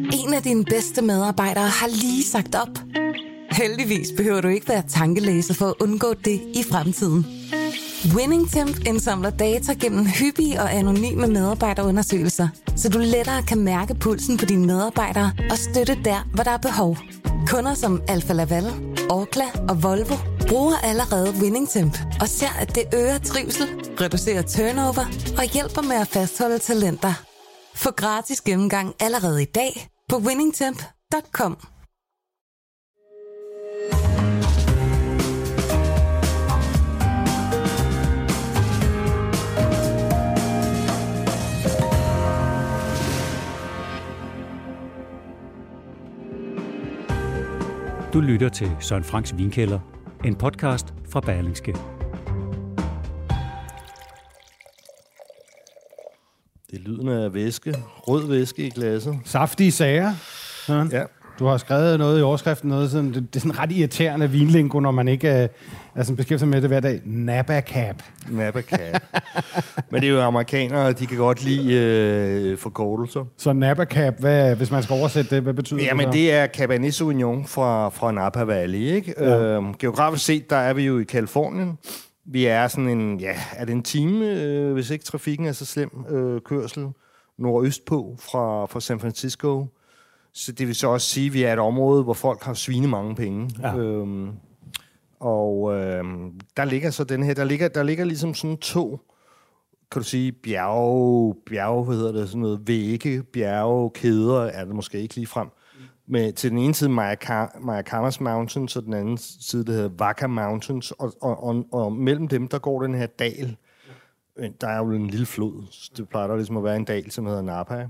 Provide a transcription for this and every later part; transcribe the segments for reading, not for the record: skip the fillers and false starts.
En af dine bedste medarbejdere har lige sagt op. Heldigvis behøver du ikke være tankelæser for at undgå det i fremtiden. WinningTemp indsamler data gennem hyppige og anonyme medarbejderundersøgelser, så du lettere kan mærke pulsen på dine medarbejdere og støtte der, hvor der er behov. Kunder som Alfa Laval, Orkla og Volvo bruger allerede WinningTemp og ser, at det øger trivsel, reducerer turnover og hjælper med at fastholde talenter. Få gratis gennemgang allerede i dag på winningtemp.com. Du lytter til Søren Franks Vinkælder, en podcast fra Berlingske. Det er lyden af væske. Rød væske i glasset. Saftige sager. Søren. Ja. Du har skrevet noget i overskriften, noget sådan, det er sådan ret irriterende vinlingo, når man ikke er sådan beskæftiget sig med det hver dag. Napa Cap. Napa Cap. Men det er jo amerikanere, de kan godt lide forkortelser. Så Napa Cap, hvis man skal oversætte det, hvad betyder det? Jamen det er Cabernet Sauvignon fra Napa Valley, ikke? Ja. Geografisk set, der er vi jo i Californien. Vi er sådan en, er det en time, hvis ikke trafikken er så slem, kørsel nordøst på fra San Francisco. Så det vil så også sige, at vi er et område, hvor folk har svine mange penge. Ja. Der ligger så den her, der ligger ligesom sådan to, kan du sige, bjerge, hvad hedder det, sådan noget vægge, bjerge, kæder, er det måske ikke lige frem. Med til den ene side Mayacamas Mountains, og den anden side, der hedder Vaca Mountains, og mellem dem, der går den her dal. Der er jo en lille flod, det plejer der ligesom at være en dal, som hedder Napa.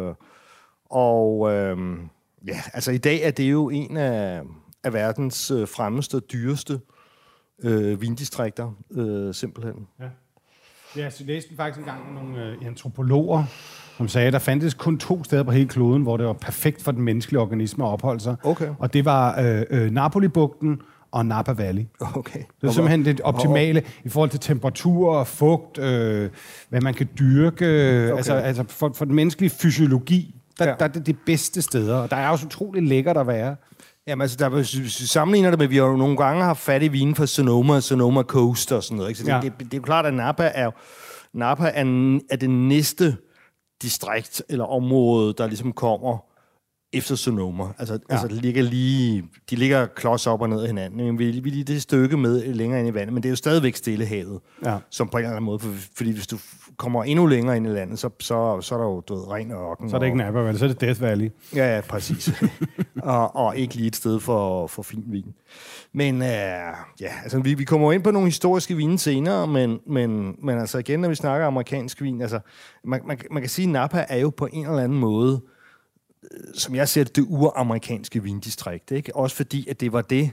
Altså i dag er det jo en af verdens fremmeste og dyreste vindistrikter, simpelthen. Ja. Jeg læste faktisk engang med nogle antropologer, som sagde, at der fandtes kun 2 steder på hele kloden, hvor det var perfekt for den menneskelige organisme at opholde sig. Okay. Og det var Napoli-bugten og Napa Valley. Okay. Det er simpelthen det optimale i forhold til temperatur og fugt, hvad man kan dyrke, okay. altså for den menneskelige fysiologi. Der er det de bedste steder, og der er også utroligt lækkert at være. Jamen altså, hvis vi sammenligner det med, vi har jo nogle gange haft fat i vinen fra Sonoma Coast og sådan noget, ikke? Så det er jo klart, at Napa er det næste distrikt eller område, der ligesom kommer efter Sonoma. Altså de ligger klods op og ned af hinanden. Men vi er lige det stykke med længere ind i vandet, men det er jo stadigvæk Stillehavet, som på en eller anden måde. Fordi hvis du kommer endnu længere ind i landet, så er der jo ren ørken. Så er det ikke Napa Valley, så er det Death Valley. Ja, præcis. og ikke lige et sted for fin vin. Men altså vi kommer ind på nogle historiske vine senere, men altså igen, når vi snakker amerikansk vin, altså man kan sige, at Napa er jo på en eller anden måde, som jeg ser det uramerikanske vindistrikt, ikke? Også fordi, at det var det,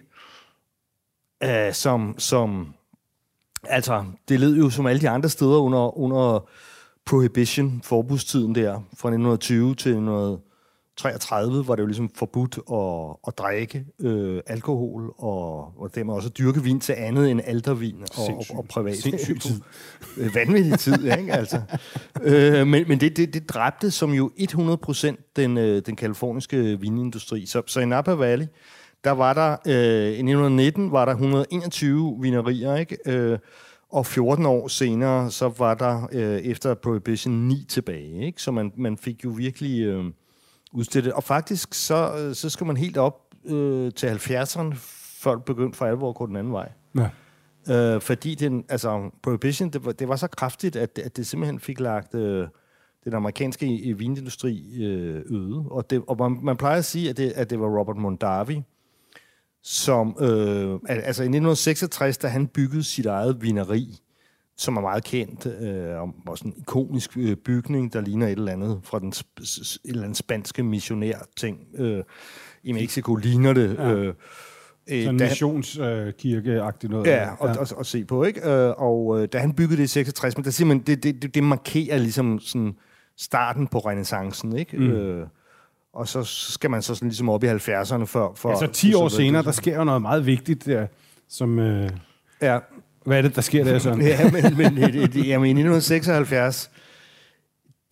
som altså, det led jo som alle de andre steder under Prohibition, forbudstiden der, fra 1920 til 1933, var det jo ligesom forbudt at drikke alkohol, og dermed også at dyrke vin til andet end aldervin og privat. Sindssyg tid. Vanvittig tid, ikke? Altså. Men det dræbte som jo 100% den kaliforniske vinindustri. Så i Napa Valley, der var der, i 1919 var der 121 vinerier, ikke? Og 14 år senere, så var der efter Prohibition 9 tilbage, ikke? Så man fik jo virkelig udstillet. Og faktisk, så skal man helt op til 70'erne, før det begyndte for alvor at gå den anden vej. Ja. Fordi Prohibition, det var så kraftigt, at det simpelthen fik lagt den amerikanske vinindustri øde. Og man plejer at sige, at det var Robert Mondavi, som altså i 1966, da han byggede sit eget vineri, som er meget kendt, og sådan en ikonisk bygning, der ligner et eller andet fra et eller andet spanske missionær-ting. I Mexico ligner det. Sådan en missionskirke-agtigt noget. Ja, og se på, ikke? Og da han byggede det i 66, men der siger man, det markerer ligesom sådan starten på renæssancen, ikke? Og så skal man så sådan ligesom op i 70'erne for... Altså 10 år senere, der sker jo noget meget vigtigt der, som... Ja. Hvad er det, der sker der, sådan? Ja, men i 1976,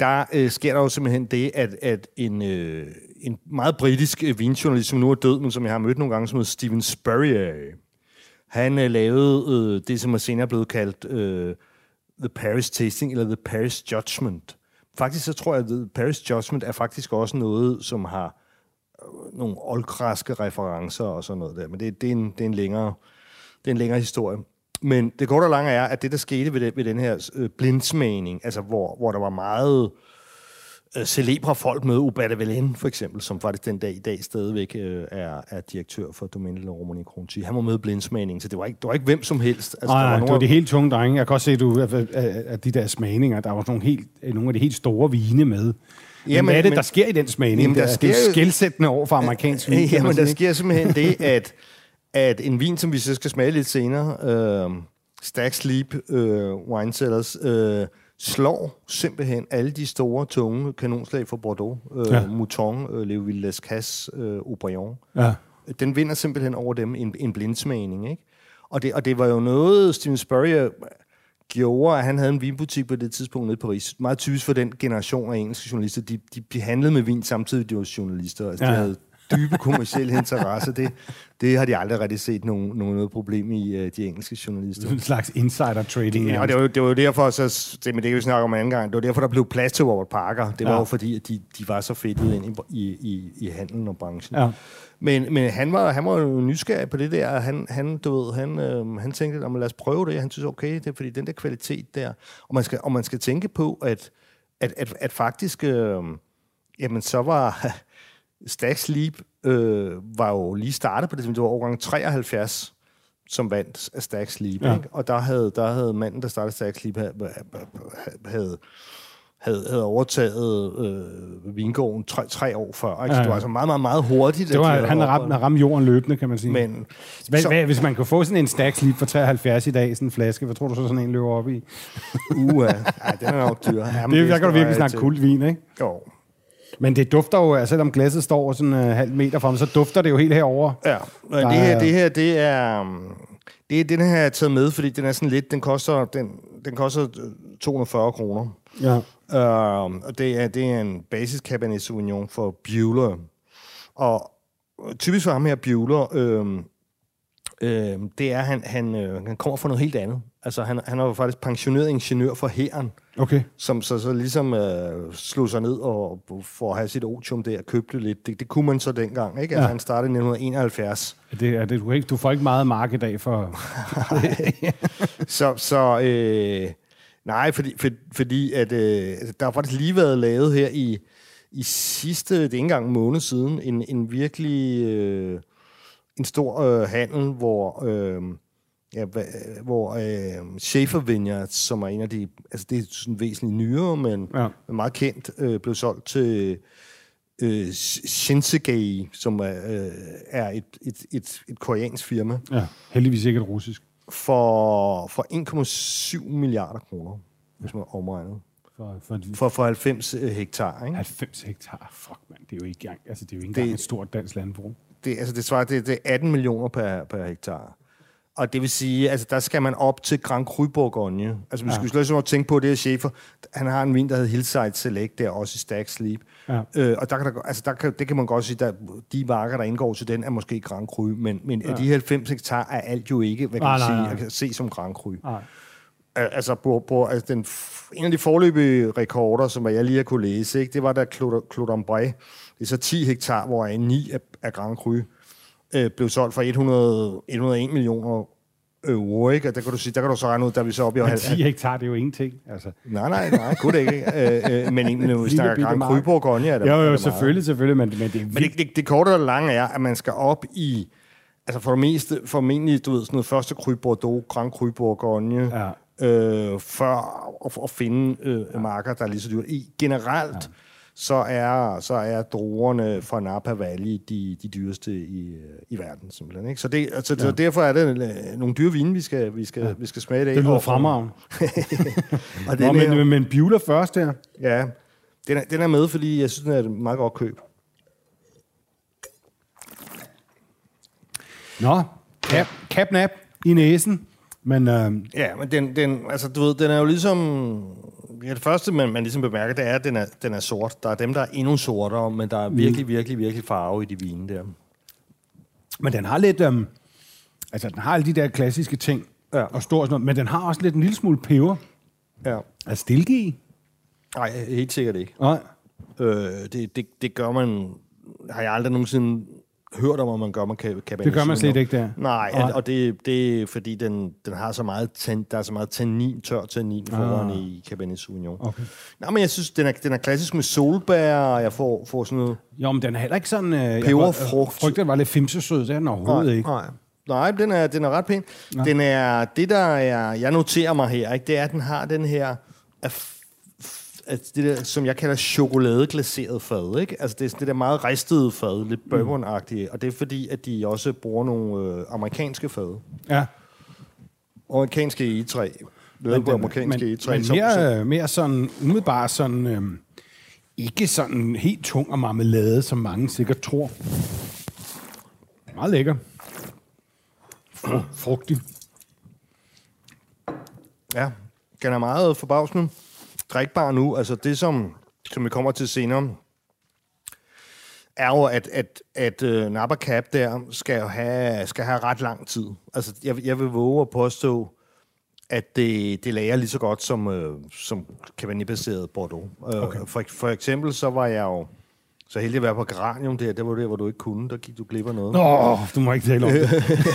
der sker der jo simpelthen det, at en meget britisk vinjournalist, som nu er død, men som jeg har mødt nogle gange, som hedder Stephen Spurrier, han lavede det, som er senere blevet kaldt The Paris Tasting, eller The Paris Judgment. Faktisk så tror jeg, at The Paris Judgment er faktisk også noget, som har nogle oldgræske referencer og sådan noget der. Men det er en længere historie. Men det korte og lange er, at det, der skete ved den her blindsmagning, altså hvor der var meget celebre folk med, Aubert de Valenne for eksempel, som faktisk den dag i dag stadigvæk er direktør for Domaine de la Romanée Conti. Han var med i blindsmagningen, så det var ikke hvem som helst. Altså, det var de helt tunge drenge. Jeg kan også se, at de der smagninger, der var nogle af de helt store vine med. Men hvad er det, der sker i den smagning? Jamen, det er jo skelsættende over for amerikansk vin. Jamen, der sker simpelthen det, at en vin, som vi så skal smage lidt senere, Stag's Leap Wine Cellars, slår simpelthen alle de store, tunge kanonslag fra Bordeaux. Mouton, Léoville Lescasse, Aubryon. Ja. Den vinder simpelthen over dem en blindsmagning, ikke? Og det var jo noget, Stephen Spurrier gjorde, at han havde en vinbutik på det tidspunkt nede i Paris. Meget typisk for den generation af engelske journalister. De handlede med vin samtidig, de var journalister. Altså, de havde dybe kommercielle interesser. Det har de aldrig rigtig set noget problem i, de engelske journalister. En slags insider trading. Og det var jo derfor, men det kan vi snakke om anden gang, det var derfor, der blev plads til Robert Parker. Det var jo fordi, at de var så fedtet ind i handelen og branchen. Ja. Men han var jo nysgerrig på det der. Han tænkte, lad os prøve det. Han synes, okay, det er fordi den der kvalitet der. Og man skal tænke på, at faktisk, jamen så var Stag's Leap var jo lige startet på det, som det var årgang 73, som vandt af Stag's Leap. Ja. Ikke? Og der havde manden, der startede Stag's Leap, havde overtaget vingården 3 år før. Ikke? Så det var altså meget, meget, meget hurtigt. Han ramte jorden løbende, kan man sige. Men, hvis man kunne få sådan en Stag's Leap for 73 i dag, sådan en flaske, hvad tror du så sådan en løber op i? Den er nok dyr. Der kan du virkelig snakke kultvin, ikke? Jo. Men det dufter jo, altså selvom glasset står sådan en halv meter frem, så dufter det jo helt herover. Ja, og det er den her jeg taget med, fordi den er sådan lidt, den koster 240 kroner. Ja. Og det er en basis Cabernet Sauvignon for Buehler. Og typisk for ham her Buehler, det er, han kommer fra noget helt andet. Altså, han er jo faktisk pensioneret ingeniør for hæren, okay, som så ligesom slog sig ned og for at have sit otium der, købte lidt. Det kunne man så dengang, ikke? Altså, han startede i 1971. Du får ikke meget mark i dag for... Nej, fordi at der har faktisk lige været lavet her i sidste, det er ikke engang måned siden, en virkelig en stor handel, hvor Schaefer Vineyards, som er en af de, altså det er sådan væsentligt nyere, men meget kendt, blev solgt til Shinsegae, som er et koreansk firma. Ja, heldigvis ikke et russisk. For 1,7 milliarder kroner, hvis man omregner. For 90 hektar, ikke? 90 hektar? Fuck, mand. Det er jo ikke engang et stort dansk landbrug. Det svarer til 18 millioner per hektar. Og det vil sige, altså der skal man op til Grand Cru Bourgogne. Altså vi skulle slet ikke tænke på det her Schaefer. Han har en vin, der hedder Hillside Select, der også i Stag's Leap. Ja. Og det kan man godt sige, at de marker, der indgår til den, er måske Grand Cru. Men de 90 hektar er alt jo ikke, hvad kan man se som Grand Cru. Altså, en af de foreløbige rekorder, som jeg lige har kunne læse, ikke, det var da Claude Ambray. Det er så 10 hektar, hvor 9 af Grand Cru blev solgt for 101 millioner euro, ikke? Og der kan du så regne ud, der vi så op i... Men 10 hektar, det er jo ingenting, altså. Nej, kunne det ikke. Men når vi snakker Grand Cru Bourgogne, er der... Jo, selvfølgelig, men det er men det korte og lange er, at man skal op i... Altså formentlig, du ved, sådan noget første Cru Bordeaux, Grand Cru Bourgogne, for at finde marker, der er lige så dyrt. Generelt... så er druerne fra Napa Valley de dyreste i verden, simpelthen. Ikke? Så derfor er det nogle dyre vine, vi skal smage i dag. Det lyder fremragende. Men Buehler først her? Ja, den er med, fordi jeg synes, den er et meget godt køb. Nå, capnap i næsen. Men, ja, men altså, du ved, den er jo ligesom... Ja, det første, man ligesom bemærker, det er, at den er sort. Der er dem, der er endnu sortere, men der er virkelig, virkelig, virkelig farve i de vine der. Men den har lidt... altså, den har alle de der klassiske ting, og stor og sådan noget, men den har også lidt en lille smule peber. Ja. Er stilke i? Nej, helt sikkert ikke. Nej. Det gør man... Har jeg aldrig nogensinde hørt om, at man gør med Cabernet Sauvignon. Det gør man slet ikke der. Nej, og det er fordi, den har så meget der er så meget tannin, tør tannin foran i Cabernet Sauvignon. Okay. Nej, men jeg synes, den er klassisk med solbær, og jeg får sådan noget... Jo, men den er heller ikke sådan... peberfrugt. Jeg frygter, den var lidt fimsesød, det er den overhovedet ikke. Nej, den er ret pæn. Ja. Den er... Det, der er... Jeg noterer mig her, ikke, det er, at den har den her... det der, som jeg kalder chokoladeglaseret fad, ikke? Altså det der meget ristede fad, lidt bourbon-agtige, og det er fordi, at de også bruger nogle amerikanske fad. Ja. Amerikanske egetræ. Men mere sådan, umiddelbart sådan, ikke sådan helt tung og marmelade, som mange sikkert tror. Meget lækker. Frugtig. Ja, den er meget forbavsende. Drikbar nu, altså det, som vi kommer til senere, er jo, at Napa Cab der skal have ret lang tid. Altså, jeg vil våge at påstå, at det lager lige så godt som Cabernet-baseret Bordeaux. Okay. For eksempel, så var jeg jo så heldig at være på Geranium der. Det var det, hvor du ikke kunne. Der gik du glip af noget. Du må ikke tale om det.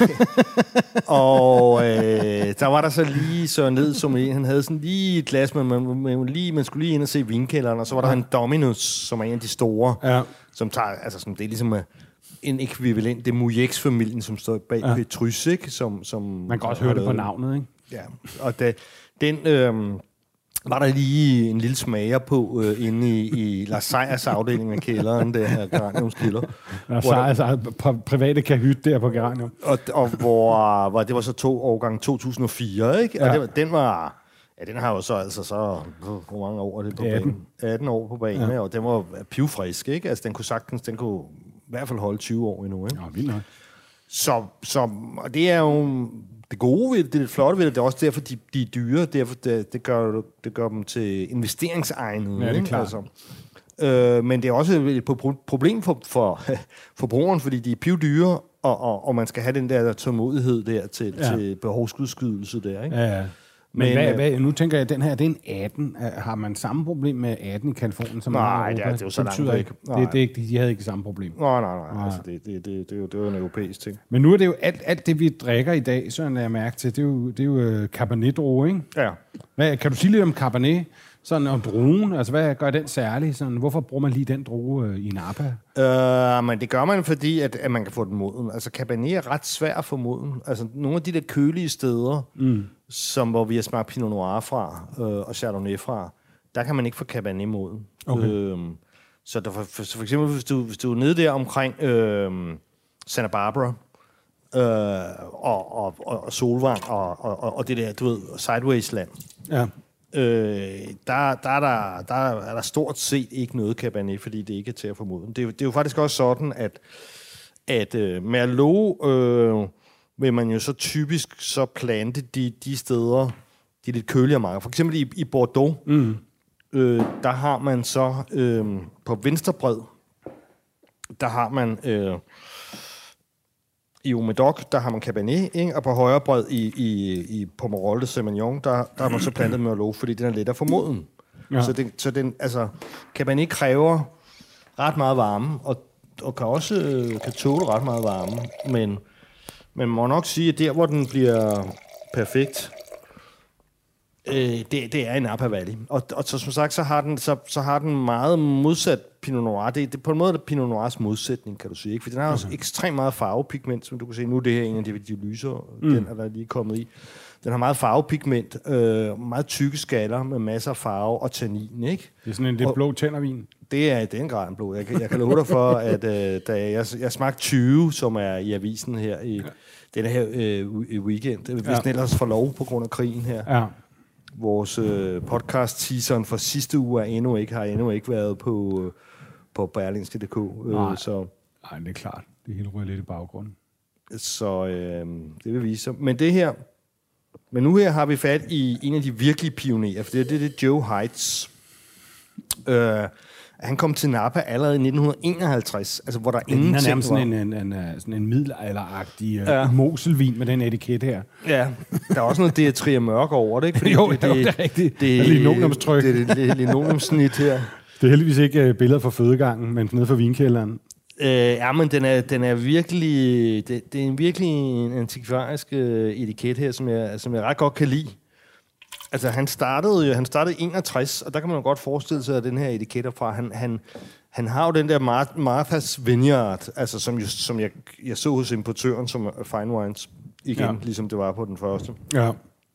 Og der var der så lige så ned som en. Han havde sådan lige et glas, man skulle lige ind og se vinkælderen. Og så var der en Dominus, som er en af de store, som tager, altså sådan, det er ligesom en ekvivalent. Det er Mouillax-familien, som står bag Petrus, ikke? Som man kan også høre det på navnet, ikke? Ja, og den var der lige en lille smager på inde i Lars Seiers afdeling af kælderen, der her Geraniumskælder. Lars Seiers private kahyt der på Geranium. Og hvor det var så årgang 2004, ikke? Ja. Og den var... Ja, den har jo så hvor mange år er det på 18. banen? 18 år på banen, og den var pivfrisk, ikke? Altså, den kunne i hvert fald holde 20 år endnu, ikke? Ja, vildt nok. Og det er jo det gode ved det, det flotte ved det, det er også derfor, de er dyre, derfor det gør dem til investeringsegnede. Ja, det er klart. Altså. Men det er også et problem for forbrugeren, fordi de er pivdyre, og man skal have den der tålmodighed der til behovsudskydelse der, ikke? Ja. Men nu tænker jeg, at den her, det er en 18. Har man samme problem med 18 i Kalifornien som nej, det er jo så langt væk. De havde ikke samme problem. Nej. Altså, det er jo en europæisk ting. Men nu er det jo alt det, vi drikker i dag, så jeg mærke til, det er jo Cabernet-druer, ikke? Ja. Kan du sige lidt om Cabernet? Sådan om druen, altså hvad gør den særlig? Sådan, hvorfor bruger man lige den drue i Napa? Men det gør man, fordi at man kan få den moden. Altså Cabernet er ret svær at få moden. Altså nogle af de der kølige steder, hvor vi har smagt Pinot Noir fra og Chardonnay fra, der kan man ikke få Cabernet moden. Okay. Så for eksempel, hvis du er nede der omkring Santa Barbara, og Solvang og det der, du ved, Sideways-land. Ja. Der er der stort set ikke noget Cabernet, fordi det ikke er til at formode. Det er jo faktisk også sådan, at Merlot vil man jo så typisk så plante de steder, de lidt køligere marker. For eksempel i Bordeaux, der har man så på venstre bred, der har man i Omedoc, der har man Cabernet, ikke? Og på højre bred i Pomerol de Semillon, der har man så plantet Merlot, fordi den er let at formoden. Ja. Så den, altså, Cabernet kræver ret meget varme, og kan også kan tåle ret meget varme, men man må nok sige, at der, hvor den bliver perfekt, det er i Napa Valley. Og så som sagt, så har den meget modsat Pinot Noir. Det er på en måde der Pinot Noirs modsætning, kan du sige. Ikke? For den har også ekstremt meget farvepigment, som du kan se. Nu er det her en af de lyser, den er der lige kommet i. Den har meget farvepigment, meget tykke skaller med masser af farve og tannin, ikke? Det er sådan en lidt blå tændervin. Det er i den grad en blå. Jeg kan love dig for, at da jeg smagte 20, som er i avisen her i den her weekend, hvis den ellers får lov på grund af krigen her. Ja. Vores podcast-teaseren for sidste uge har endnu ikke været på Berlingske.dk. Nej, det er klart. Det hele rører lidt i baggrunden. Så det vil vise sig. Men det her, Men nu her har vi fat i en af de virkelige pionerer, for det er Joe Heitz. Han kom til Napa allerede i 1951, altså hvor der ingenting var. Han er nærmest sådan en middelalderagtig moselvin med den etiket her. Ja, der er også noget Deatria mørk over det, ikke? Fordi det er rigtigt. Det er linoleumstryk. Det er linoleumsnit her. Det er heldigvis ikke billeder fra fødegangen, men nede fra vinkælderen. Ja, men den er virkelig... Det er virkelig en antikvarisk etiket her, som jeg ret godt kan lide. Altså, han startede i 61, og der kan man jo godt forestille sig, at den her etiketter fra, han har jo den der Martha's Vineyard, altså som jeg så hos importøren, som Fine Wines, igen, ligesom det var på den første. Ja.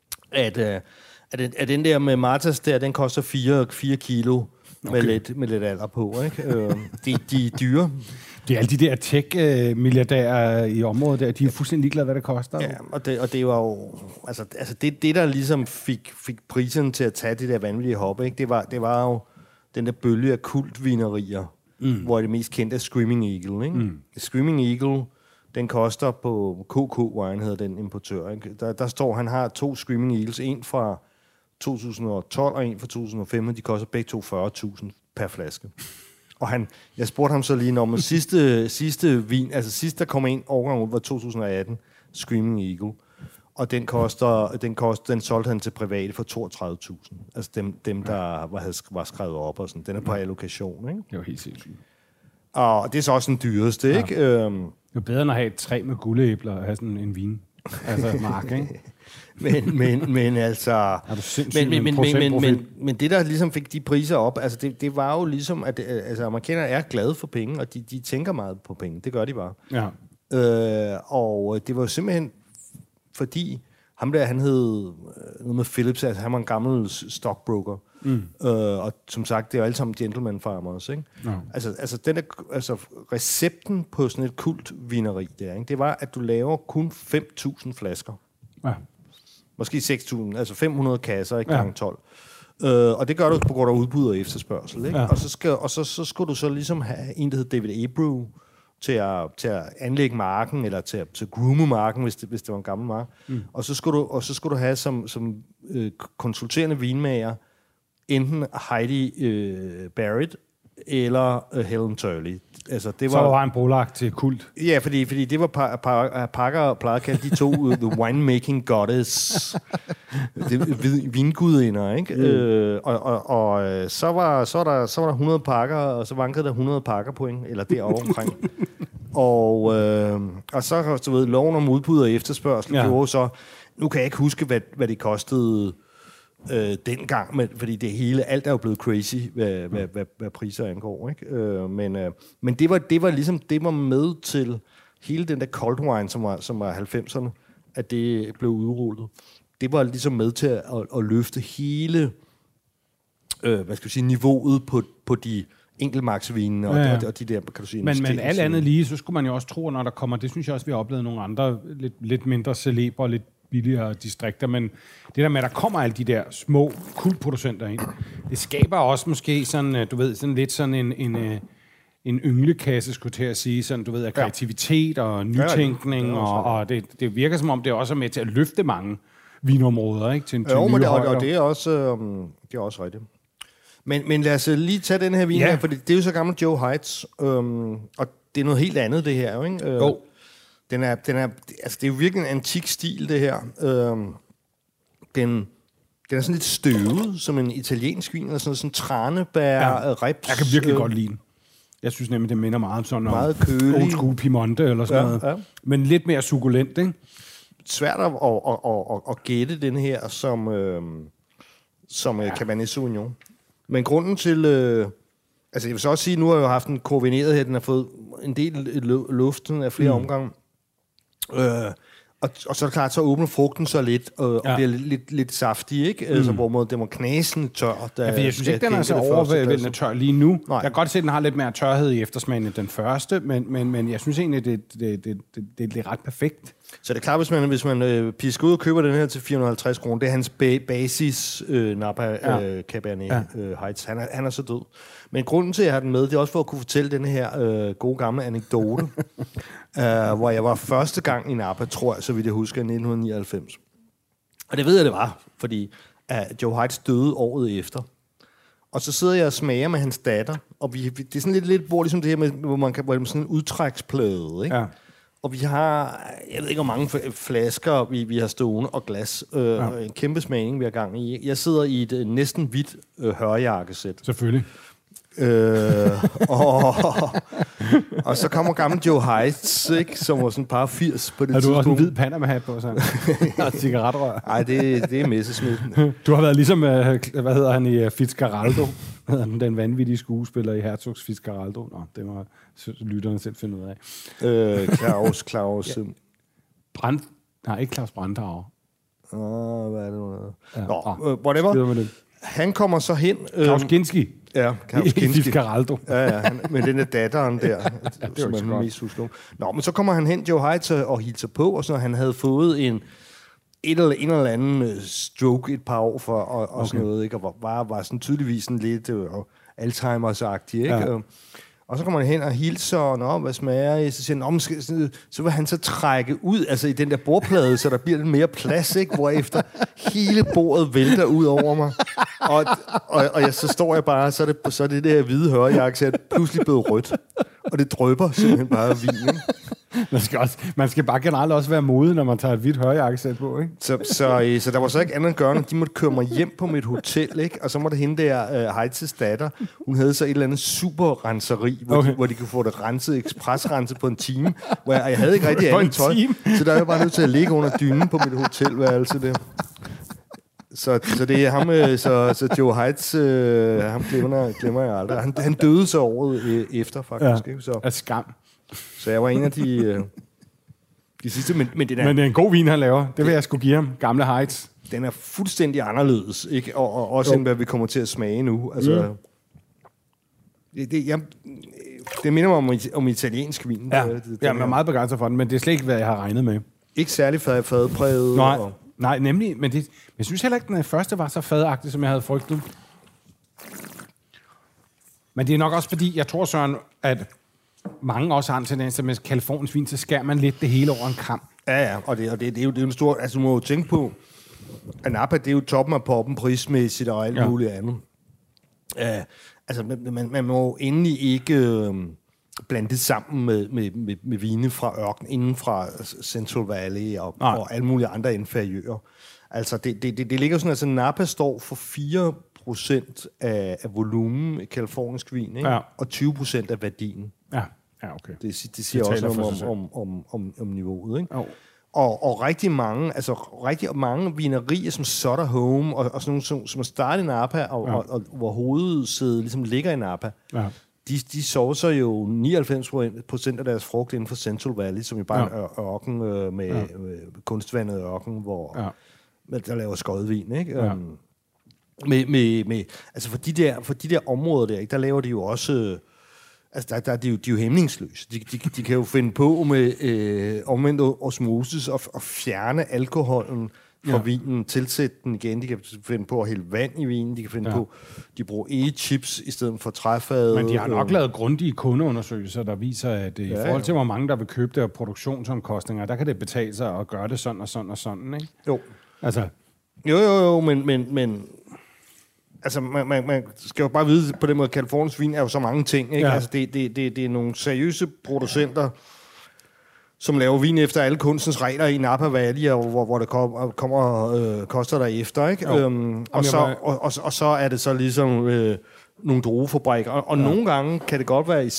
At den der med Martha's der, den koster 4 kilo med lidt alder på, ikke? De er dyre. Det er alle de der tech-milliardærer i området der, de er fuldstændig ligeglade, hvad det koster. Ja, og det var jo... Altså det, der ligesom fik priserne til at tage det der vanvittige hop, ikke? Det var jo den der bølge af kultvinerier, hvor det mest kendte er Screaming Eagle, ikke? Screaming Eagle, den koster på KK Wine, hedder den importør, ikke? Der står, han har 2 Screaming Eagles, en fra 2012 og en fra 2005, de koster begge to 40.000 per flaske. Og jeg spurgte ham så lige om sidste vin, altså sidst der kom en årgang ud, var 2018, Screaming Eagle. Og den solgte han til private for 32.000. Altså dem der var skrevet op og sådan. Den er på allokation, ikke? Det var helt sindssygt. Og det er så også den dyreste, ikke? Det er bedre end at have et træ med guldæbler og have sådan en vin. Altså mark, ikke? men altså... Men det, der ligesom fik de priser op, altså det var jo ligesom, at amerikanere er glade for penge, og de tænker meget på penge. Det gør de bare. Ja. Og det var jo simpelthen, fordi ham der, han hed noget med Philips, altså han var en gammel stockbroker. Og som sagt, det er jo alle sammen gentleman farmers, ikke? Ja. Altså recepten på sådan et kultvineri der, ikke? Det var, at du laver kun 5.000 flasker. Ja. Måske 6.000, altså 500 kasser, ikke? Gange 12. Og det gør du på grund af udbud og efterspørgsel, ikke? Ja. Og så skulle du så ligesom have en, der hed David Abreu, til at anlægge marken, eller til at groome marken, hvis det var en gammel mark. Og så skulle du have som konsulterende vinmager enten Heidi Barrett eller Helen Turley. Altså, det var, så var en brolagt til kult. Ja, fordi det var Parker plejede at kalde de to the winemaking goddess. Vingudinder, ikke? Og så var der 100 pakker, og så vankede der 100 pakkerpoint, eller derovre omkring. Og så, du ved, loven om udbud og efterspørgsel, gjorde så, nu kan jeg ikke huske, hvad det kostede dengang, fordi alt er jo blevet crazy, hvad priser angår, ikke? Men det var ligesom, det var med til hele den der cold wine, som var 90'erne, at det blev udrullet. Det var ligesom med til at løfte hele, niveauet på de enkeltmarksvine og de der, kan du sige... Men alt andet lige, så skulle man jo også tro, når der kommer, det synes jeg også, vi har oplevet nogle andre, lidt mindre celebre, lidt billigere distrikter, men det der med, at der kommer alle de der små kultproducenter ind, det skaber også måske sådan, du ved, sådan lidt sådan en ynglekasse, skulle til at sige, sådan, du ved, af kreativitet og nytænkning, og det virker som om, det også er med til at løfte mange vinområder, ikke? Til en men det er også rigtigt. Men lad os lige tage den her vin her, for det er jo så gammel Joe Heitz, og det er noget helt andet, det her, ikke? Jo. Den er, altså det er jo virkelig en antik stil, det her. Den er sådan lidt støvet, som en italiensk vin, eller sådan tranebær, rips. Jeg kan virkelig godt lide den. Jeg synes nemlig, det minder meget om sådan meget kølig. Old school Piemonte eller sådan noget. Ja. Men lidt mere sukulent, ikke? Svært at gætte den her som Cabernet Sauvignon. Men grunden til... altså jeg vil så også sige, nu har jeg jo haft en koordineret her, den har fået en del luften af flere omgange. Og så er det klart, så åbner frugten så lidt, og bliver lidt saftig, ikke? Altså, hvor den var knasende tør. Jeg synes ikke, den er så overvældende tør lige nu. Nej. Jeg kan godt se, at den har lidt mere tørhed i eftersmagen end den første, men jeg synes egentlig, det er ret perfekt. Så det er klart, hvis man pisker ud og køber den her til 450 kroner, det er hans basis Napa Cabernet Heitz. Han er så død. Men grunden til, at jeg har den med, det er også for at kunne fortælle den her gode gamle anekdote, hvor jeg var første gang i Napa, tror jeg, så vidt jeg husker, i 1999. Og det ved jeg, det var, fordi Joe Heights døde året efter. Og så sidder jeg og smager med hans datter, og det er sådan lidt hvor ligesom det her med, hvor man kan være sådan en udtræksplade, ikke? Ja. Og vi har, jeg ved ikke, hvor mange flasker vi har stående og glas. En kæmpe smagning, vi har gang i. Jeg sidder i et næsten hvidt hørjakkesæt. Selvfølgelig. Og så kommer gammel Joe Heights, ikke, som var sådan et par 80 på det tidspunkt. Har du også en hvid Panama-hat på, så? Og cigaretrør? Nej, det er Messerschmitt. Du har været ligesom, hvad hedder han i Fitzcarraldo? Den vanvittige skuespiller i Herzogs Fitzcarraldo. Nå, det må lytterne selv finde ud af. Claus. Nej, ikke Claus Brandhauer. Hvad er det nu? Ja. Whatever. Han kommer så hen... Claus Kinski. Ja, Claus Kinski. I Fitzcarraldo. Ja, men den er datteren der, som er mest husker. Nå, men så kommer han hen, Joe Heights, og hilser på, og så han havde fået en eller anden stroke et par år for, og sådan noget, ikke? Og var sådan tydeligvis sådan lidt Alzheimer's-agtig, ikke? Ja. Og så kommer han hen og hilser, og hvad smager I? Så siger han, så vil han så trække ud, altså i den der bordplade, så der bliver lidt mere plads, ikke? Hvorefter hele bordet vælter ud over mig. Og så står jeg bare, så er det der hvide hørjakke, så er det pludselig blevet rødt. Og det drypper simpelthen bare af vin, ikke? Man skal bare generelt også være modig, når man tager et hvidt hørjakkesæt på, ikke? Så der var så ikke andet at gøre, de måtte køre mig hjem på mit hotel, ikke? Og så måtte hende der, Heights' datter, hun havde så et eller andet superrenseri, hvor de kunne få det renset, ekspresrenset på en time, hvor jeg havde ikke rigtig andet tøj. Så der var jeg bare nødt til at ligge under dynen på mit hotelværelse der. Så det er ham, så Joe Heights, ham glemmer jeg aldrig. Han døde så året efter, faktisk. Ja, ikke? Så. Af skam. Så jeg var en af de sidste, men det er en god vin, han laver. Det vil jeg sgu give ham. Gamle Heights. Den er fuldstændig anderledes, ikke? Og også end hvad vi kommer til at smage nu. Altså, det minder mig om italiensk vin. Ja, jeg er meget begrænset for den, men det er slet ikke, hvad jeg har regnet med. Ikke særlig fadpræget. Nej, nemlig. Men jeg synes heller ikke, den første var så fadagtig, som jeg havde frygtet. Men det er nok også fordi, jeg tror, Søren, at mange også har en tendens til med Californiens vin, så skærer man lidt det hele over en kam. Ja, og det er jo en stor... Altså, du må jo tænke på, at Napa, det er jo toppen af poppen prismæssigt og alt muligt andet. Altså, man må endelig ikke blande det sammen med vine fra ørken, inden fra Central Valley og alle mulige andre inferiører. Altså, det ligger sådan, altså Napa står for 4% af volumen i kalifornisk vin, ikke? Ja. Og 20% af værdien. Ja, okay. Det siger også noget om niveauet, ikke? Oh. Og rigtig mange vinerier, som Sutter Home, og sådan nogle, som har startet i Napa, og hvor hovedsædet ligesom ligger i Napa, de sourcer jo 99% af deres frugt inden for Central Valley, som jo bare er ørken med kunstvandet ørken, hvor der laver skodvin, ikke? Ja. Altså for de der områder der, ikke, der laver de jo også... Altså, de er jo hæmningsløse. De kan jo finde på med omvendt osmosis og fjerne alkoholen fra vinen, tilsætte den igen. De kan finde på at hælde vand i vinen. De kan finde på, de bruger e-chips i stedet for træfade. Men de har nok lavet grundige kundeundersøgelser, der viser, at i forhold til, hvor mange der vil købe det af produktionsomkostninger, der kan det betale sig at gøre det sådan og sådan og sådan, ikke? Jo. Altså. Jo, men altså, man skal jo bare vide, på den måde, Californiens vin er jo så mange ting, ikke? Ja. Altså, det er nogle seriøse producenter, som laver vin efter alle kunstens regler i Napa Valley, og hvor det koster der efter, ikke? Og så er det så ligesom nogle druefabrikker. Og nogle gange kan det godt være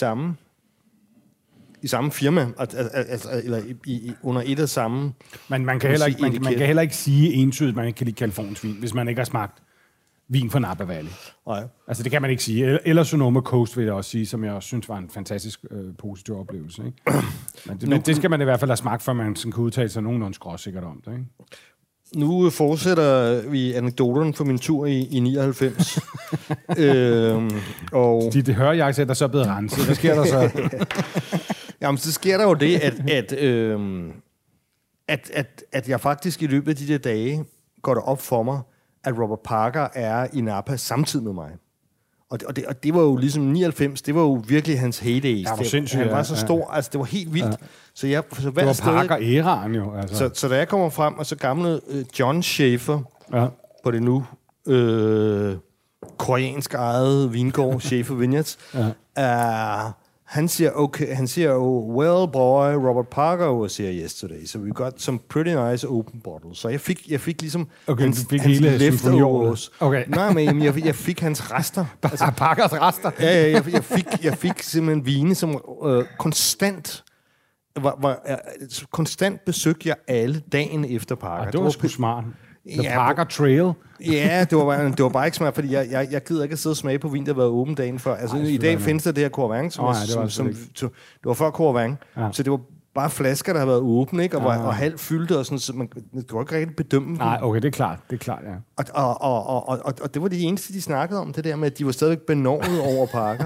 i samme firma, eller under et af samme... Men man kan heller ikke sige entydigt, at man ikke kan lide Californiens vin, hvis man ikke har smagt vin fra Napa Valley. Nej. Altså, det kan man ikke sige. Eller Sonoma Coast, vil jeg også sige, som jeg også synes var en fantastisk positiv oplevelse. Ikke? Men det skal man i hvert fald have smagt, før man kan udtale sig nogenlunde skråsikkert om det. Ikke? Nu fortsætter vi anekdoterne for min tur i 99. Og det hørjakkesæt er så blevet renset. Hvad sker der så? Jamen, så sker der jo det, at jeg faktisk i løbet af de der dage går det op for mig, at Robert Parker er i Napa samtidig med mig. Og det var jo ligesom 99, det var jo virkelig hans heyday. Han var så stor, altså det var helt vildt. Ja. Så det var Parker-æraen jo. Altså. Så da jeg kommer frem, og så gamle John Schaefer på det nu koreansk eget vingård, Schaefer Vineyards, han siger, well boy, Robert Parker was here yesterday, so we got some pretty nice open bottles. Så jeg fik ligesom hans leftovers. Okay. Nej, men jeg fik hans rester. Altså Parkers rester? Ja, jeg fik simpelthen vine, som konstant konstant besøgte jeg alle dagen efter Parker. Det var sgu smart. The Parker Trail. Ja, det var bare ikke smart, fordi jeg gider ikke at sidde og smage på vin, der var åben dagen før. Altså, i dag findes der det her Coravang, det var før Coravang, så det var bare flasker, der havde været åbne, ikke? Og halvt fyldte, og sådan, så man kunne ikke rigtig bedømme. Nej, okay, det er klart, ja. Og det var det eneste, de snakkede om, det der med, at de var stadigvæk benovet over Parker.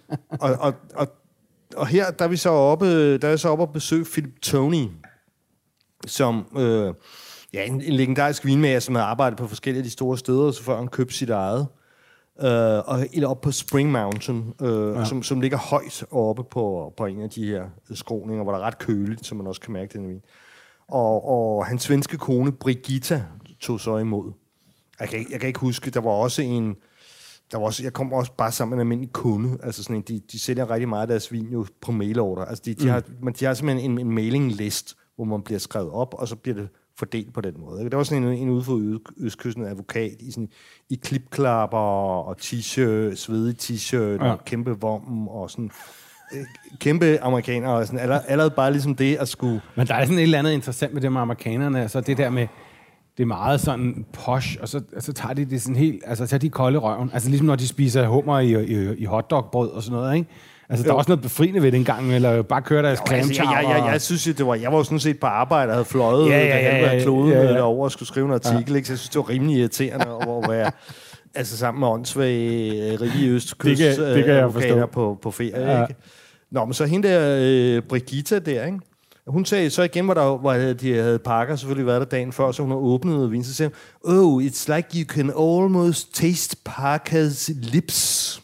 Og her, der er vi så oppe og besøge Philip Tony, som en legendarisk vinmager, som havde arbejdet på forskellige af de store steder, så før han købte sit eget. Og helt op på Spring Mountain, som ligger højt oppe på en af de her skråninger, hvor der er ret køligt, som man også kan mærke den vin. Og hans svenske kone, Brigitta, tog så imod. Jeg kan ikke huske, der var også jeg kom også bare sammen med en almindelig kunde. Altså sådan de sælger rigtig meget af deres vin jo på mailorder. Altså de har simpelthen en mailinglist, hvor man bliver skrevet op, og så bliver det fordelt på den måde. Der var sådan en ude for Østkysten advokat i klipklapper og t-shirt, svedig t-shirt og kæmpe vommen og sådan kæmpe amerikanere og sådan allerede bare ligesom det at skulle. Men der er sådan et eller andet interessant med det med amerikanerne, så det der med det er meget sådan posh, og så tager de det sådan helt, altså tager de kolde røven, altså ligesom når de spiser hummer i hotdogbrød og sådan noget, ikke? Altså, der er også noget befriende ved det engang, eller bare køre deres clam-chowder. Jeg synes jo, jeg var jo sådan set på arbejde og havde fløjet halve kloden derovre og skulle skrive en artikel, ikke? Så jeg synes, det var rimelig irriterende over at være sammen med åndssvage rige østkyst på ferie, ikke? Nå, men så hende der Brigitta der, ikke? Hun sagde så igen, hvor de havde Parker selvfølgelig været der dagen før, så hun har åbnet vin, så sagde hun, it's like you can almost taste Parker's lips.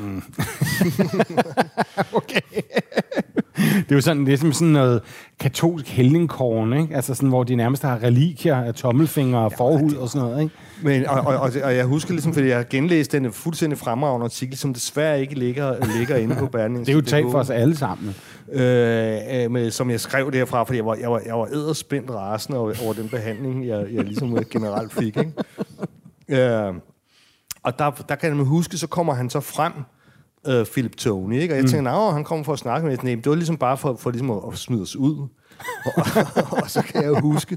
Okay. Det er jo sådan, det er som sådan noget katolsk hældningkorn, ikke? Altså sådan, hvor de nærmest har relikier af tommelfingre og forhud og sådan noget, ikke? Men, og jeg husker ligesom, fordi jeg har genlæst den fuldstændig fremragende artikel, som desværre ikke ligger inde på Berlingske. Det er jo talt for os alle sammen. Som jeg skrev derfra, fordi jeg var edderspændt rasende over den behandling, jeg ligesom generelt fik, ikke? Og der kan man huske, så kommer han så frem, Philip Tony, ikke? Og jeg tænker, han kommer for at snakke med os. Det var ligesom bare for ligesom at smide os ud. og så kan jeg jo huske,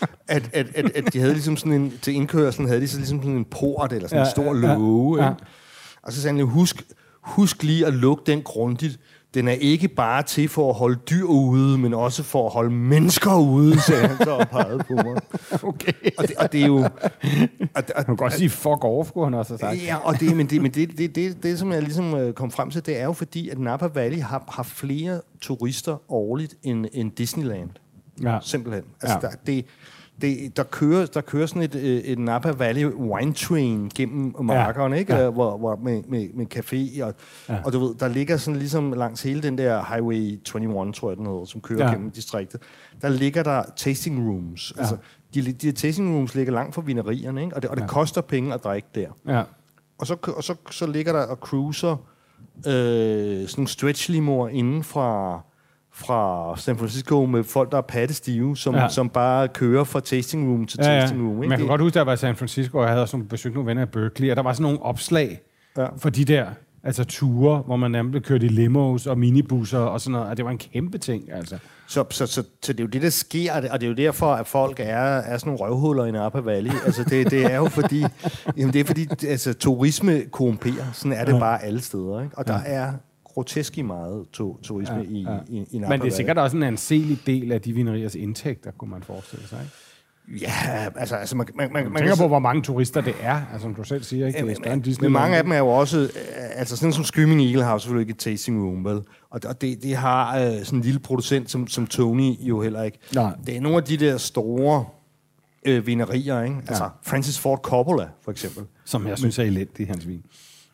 at de havde ligesom sådan en, til indkørslen havde de så ligesom sådan en port, eller sådan en stor låge. Ja. Og så sagde han, husk lige at lukke den grundigt. Den er ikke bare til for at holde dyr ude, men også for at holde mennesker ude, sagde han så og pegede på mig. Okay. Og det er jo... Man kan godt sige fuck off, kunne han også have sagt. Ja, men det, som jeg ligesom kom frem til, det er jo fordi, at Napa Valley har flere turister årligt end Disneyland. Ja. Simpelthen. Altså, der kører sådan et Napa Valley wine train gennem markerne, ikke? Ja. Hvor med café og du ved, der ligger sådan ligesom langs hele den der Highway 21, tror jeg den hedder, som kører gennem distriktet. Der ligger der tasting rooms. Ja. Altså, de tasting rooms ligger langt fra vinerierne, ikke? Og det koster penge at drikke der. Ja. Og så ligger der og cruiser sådan en stretch limoer inden fra San Francisco med folk, der er pattestive, som bare kører fra tasting room til tasting room. Ikke? Man kan godt huske, at jeg var i San Francisco, og jeg havde også besøgt nogle venner af Berkeley, og der var sådan nogle opslag for de der ture, hvor man nemlig kørte i limos og minibusser og sådan noget, og det var en kæmpe ting, altså. Så det er jo det, der sker, og det er jo derfor, at folk er sådan nogle røvhuller i Napa Valley. Altså, det er jo fordi, altså, turisme korrumperer. Sådan er det bare alle steder, ikke? Og der er grotesk meget turisme i Napa Valley. Men det er sikkert også en anselig del af de vineriers indtægter, kunne man forestille sig, ikke? Ja, altså man tænker på, hvor mange turister det er, altså som du selv siger, ikke? Det er større end Disneyland. Men mange af dem er jo også, altså sådan som Screaming Eagle har jo selvfølgelig ikke et tasting room, vel? Og det har sådan en lille producent som Tony jo heller ikke. Nej. Det er nogle af de der store vinerier, ikke? Altså Francis Ford Coppola, for eksempel. Som jeg synes er elendig, hans vin.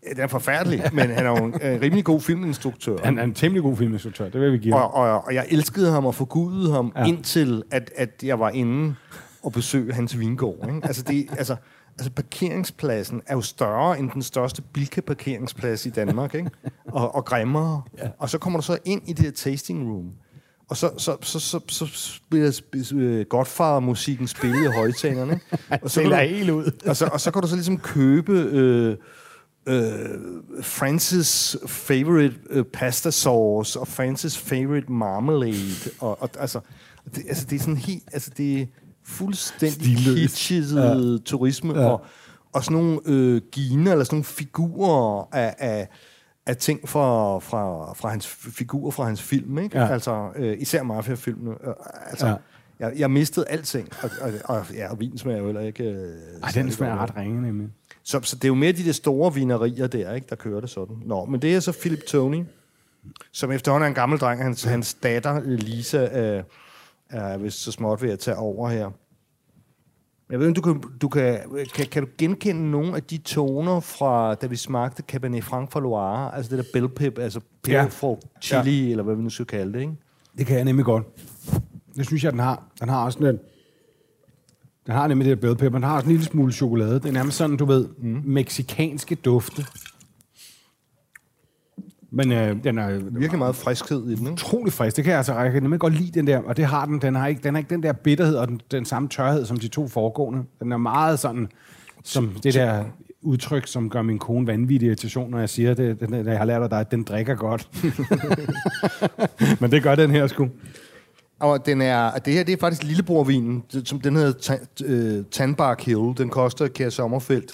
Den er forfærdelig, men han er jo en rimelig god filminstruktør. Han er en temmelig god filminstruktør, det vil vi give ham. Og jeg elskede ham og forgudede ham, indtil at jeg var inde og besøgte hans vingård. Ikke? Altså, parkeringspladsen er jo større end den største Bilka-parkeringsplads i Danmark, ikke? Og grimmere. Ja. Og så kommer du så ind i det her tasting room, og så bliver Godfather-musikken spillet i højtalerne. Og så er helt ud. og så kan du så ligesom købe Francis' favorite pasta sauce og Francis' favorite marmalade. Det er sådan helt... Altså, det er fuldstændig kitschet turisme, og sådan nogle giner, eller sådan nogle figurer af ting fra hans figurer fra hans film, ikke? Ja. Altså, især mafia-filmene. Jeg mistede alting, og vin smager jo heller ikke... den smager ret ringe, nemlig. Så det er jo mere de store vinerier der, ikke, der kører det sådan. Nå, men det er så Philip Tony, som efterhånden er en gammel dreng. Hans datter, Lisa, er vist så småt ved at tage over her. Jeg ved ikke, kan du genkende nogle af de toner fra, da vi smagte Cabernet Franc fra Loire, altså det der bell pep, altså peber for chili, eller hvad vi nu skal kalde det, ikke? Det kan jeg nemlig godt. Det synes jeg, den har. Den har også den har nemlig det der bell pepper. Den har også en lille smule chokolade. Det er nærmest sådan, du ved, meksikanske dufte. Men den er virkelig meget friskhed i den, ikke? Utrolig frisk. Det kan jeg nemlig godt lide, den der. Og det har den. Den har ikke den der bitterhed og den samme tørhed som de to foregående. Den er meget sådan, som det der udtryk, som gør min kone vanvittig irritation, når jeg siger det. Jeg har lært af dig, at den drikker godt. Men det gør den her sgu. Og det her det er faktisk lillebrorvinen, som den hedder Tanbark Hill. Den koster Kjær Sommerfeld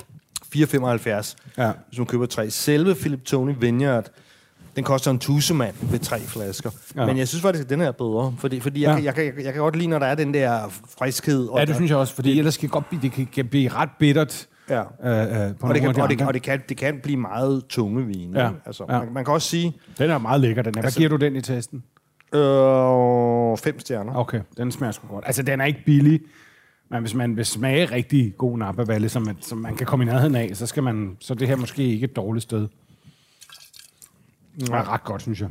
4,75, hvis man køber 3. Selve Philip Tony Vineyard, den koster en tusemand ved 3 flasker. Ja. Men jeg synes faktisk, at den er bedre, fordi jeg kan godt lide, når der er den der friskhed. Og det synes jeg også, fordi ellers det kan blive ret bittert. Ja. Det kan blive meget tunge vine. Ja. Altså, man kan også sige... Den er meget lækker, den her. Hvad giver du den i testen? 5 stjerner. Okay, den smager sgu godt. Altså, den er ikke billig, men hvis man vil smage rigtig god Napa Valley, som man kan komme i nærheden af, så det her måske ikke et dårligt sted. Det er ret godt, synes jeg.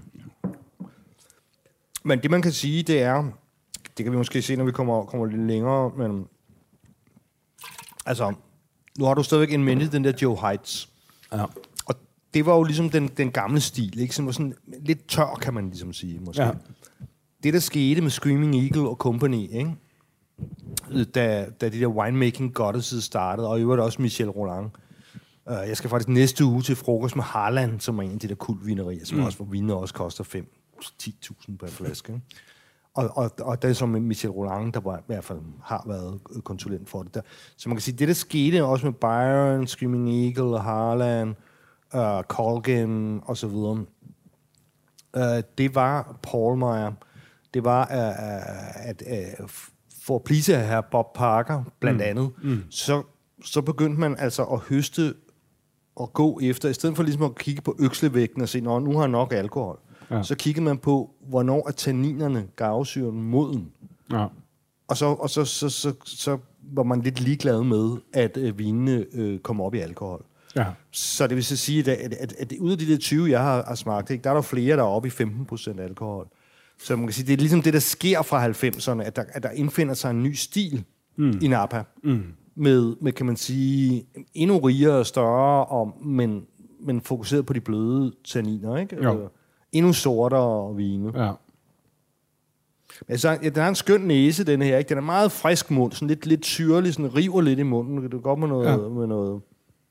Men det, man kan sige, det er... Det kan vi måske se, når vi kommer lidt længere, men... Altså, nu har du stadigvæk en minde den der Joe Heights. Ja. Og det var jo ligesom den gamle stil, ikke? Som var sådan lidt tør, kan man ligesom sige, måske. Ja. Det, der skete med Screaming Eagle og Company, ikke? Da de der winemaking goddesses startede, og i øvrigt også Michel Roland. Jeg skal faktisk næste uge til frokost med Harland, som er en af de der kultvinerier, som også, hvor viner også koster 5-10.000 per flaske. Ikke? Og det er som Michel Roland, der i hvert fald har været konsulent for det der. Så man kan sige, det der skete også med Byron, Screaming Eagle, Harland, Colgan og så videre, det var Paul Meyer. Det var at for at please her Bob Parker, blandt andet, så begyndte man altså at høste og gå efter, i stedet for ligesom at kigge på økslevægten og se, nu har jeg nok alkohol. Ja. Så kiggede man på, hvornår er tanninerne, garvesyren, moden. Ja. Og så var man lidt ligeglad med, at vinene kom op i alkohol. Ja. Så det vil så sige, at ud af de der 20, jeg har smagt, ikke, der er der flere, der er oppe i 15% alkohol. Så man kan sige, det er ligesom det, der sker fra 90'erne, at der indfinder sig en ny stil i Napa. Med, kan man sige, endnu rigere og større, men fokuseret på de bløde tanniner, ikke? Endnu sortere vine. Ja. Altså, den har en skøn næse, den her, ikke? Den er meget frisk mund, sådan lidt syrlig, sådan river lidt i munden. Det går med noget...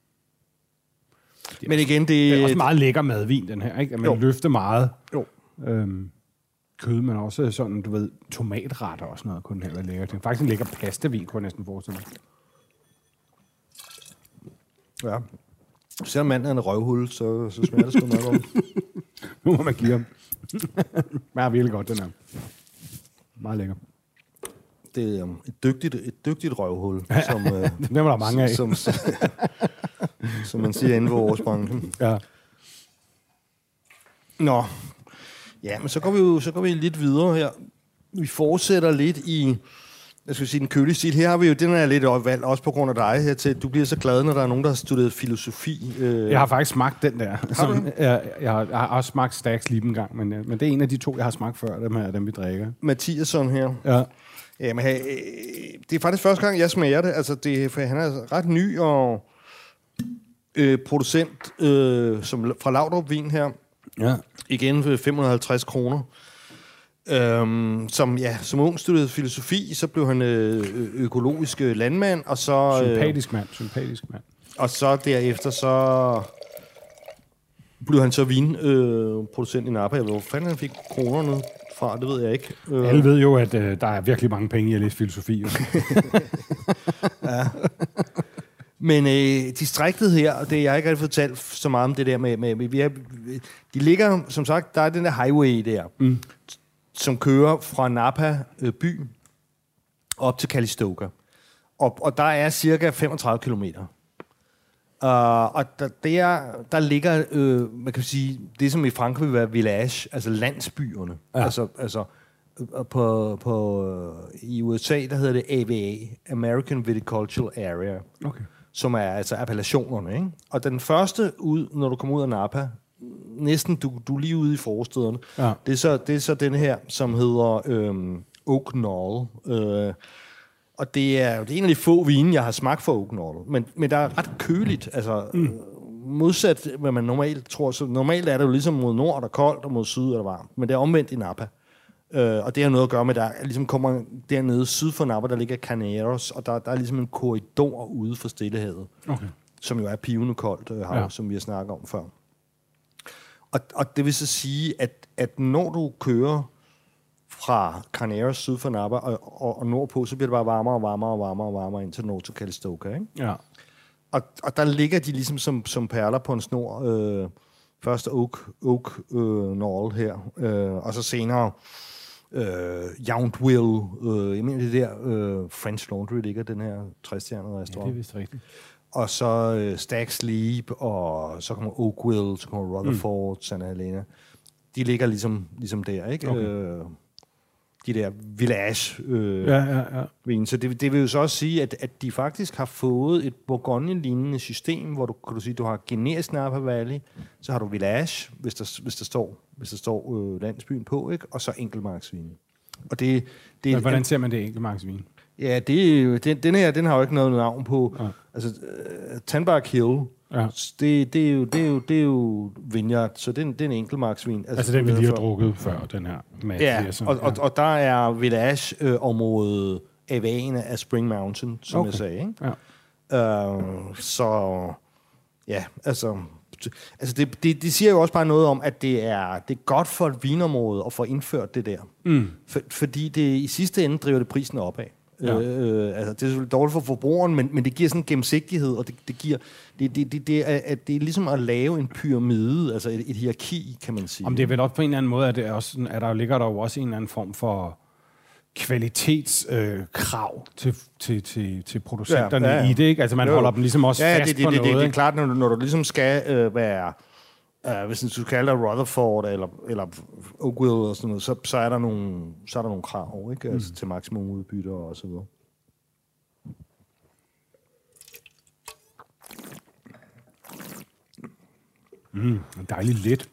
Men igen, det er også meget lækker madvin, den her, ikke? At man løfter meget. Jo. Kød, men også sådan, du ved, tomatretter og sådan noget, kunne den heller lækker. Det er faktisk en lækker pastavin, kunne jeg næsten forestille mig. Ja. Selvom manden er en røvhul, så smager det sgu meget godt. Nu må man give ham. Smager virkelig godt, den her. Meget lækker. Det er et dygtigt røvhul. Som, det var der mange af. Som man siger inden for årsbranchen. Ja. Nå. Ja, men så går vi lidt videre her. Vi fortsætter lidt i jeg skal sige, den kølige stil. Her har vi jo, den er lidt valgt, også på grund af dig her til. Du bliver så glad, når der er nogen, der har studeret filosofi. Jeg har faktisk smagt den der. Jeg har også smagt Stags Lieb en gang, men det er en af de to, jeg har smagt før, dem vi drikker. Mathiasson her. Ja. Jamen, det er faktisk første gang, jeg smager det. Altså, for han er ret ny og producent fra Laudrup Vin her. Ja. Igen for 550 kroner. Som ung studerede filosofi, så blev han økologisk landmand, og så... Sympatisk mand. Og så derefter, så blev han så vinproducent i Napa. Hvor fanden han fik kronerne fra, det ved jeg ikke. Alle ved jo, at der er virkelig mange penge i at læse filosofi. Ja. Men distriktet her, og det jeg har ikke rigtig fortalt så meget om det der med de ligger, som sagt, der er den der highway der, som kører fra Napa by op til Calistoga. Og der er cirka 35 kilometer. Og der ligger, man kan sige, det som i Frankrig vil være village, altså landsbyerne. Ja. Altså i USA, der hedder det AVA, American Viticultural Area. Okay. Som er altså appellationerne, ikke? Og den første ud, når du kommer ud af Napa, næsten du er lige ude i forstederne. Ja. Det er så den her, som hedder Oak Knoll. Og det er en af de få vine, jeg har smagt for Oak Knoll. Men der er ret køligt. Altså, modsat hvad man normalt tror. Så normalt er det jo ligesom mod nord, der er koldt, og mod syd er der varmt. Men det er omvendt i Napa. Og det har noget at gøre med, der ligesom kommer dernede syd for Napa, der ligger Carneros, og der er ligesom en korridor ude for Stillehavet, som jo er pivende koldt hav, som vi har snakket om før. Og det vil så sige, at når du kører fra Carneros syd for Napa og nordpå, så bliver det bare varmere og varmere og varmere og varmere indtil nord til Calistoga, ikke? Ja. Og der ligger de ligesom som perler på en snor. Først Oak Knoll her, og så senere Yountville, jeg mener det der French Laundry ligger, den her 60-stjernede restaurant. Ja, det er vist rigtigt. Og så Stags Leap, og så kommer Oakville, så kommer Rutherford, Santa Helena. De ligger ligesom der, ikke? Okay. De der village vin. Så det vil jo så også sige, at de faktisk har fået et Bourgogne-lignende system, hvor du sige, du har generisk Napa Valley, så har du village, hvis der står landsbyen på, ikke? Og så enkeltmarksvin. Og det men hvordan ser man det enkeltmarksvin? Ja, den her, den har jo ikke noget navn på. Ja. Altså, Tanbark Hill, det er jo vineyard, så det er en enkeltmarksvin. Altså den vi lige har drukket før, den her. Og der er village-området Avaen af Spring Mountain, som jeg sagde, ikke? Ja. Altså det siger jo også bare noget om, at det er godt for et vinområde at få indført det der. Fordi det i sidste ende driver det prisen opad. Ja. Altså, det er selvfølgelig dårligt for forbrugeren, men det giver sådan en gennemsigtighed, og det er ligesom at lave en pyramide, altså et hierarki, kan man sige. Om det er vel også på en eller anden måde, at ligger der jo også en eller anden form for kvalitetskrav til producenterne i det, ikke? Altså man holder dem ligesom også fast på noget. Det er klart, når du ligesom skal være... hvis du kalder Rutherford eller Oakville og sådan noget, så er der nogle krav, ikke? Altså til maksimum udbytte og så videre. Dejligt let.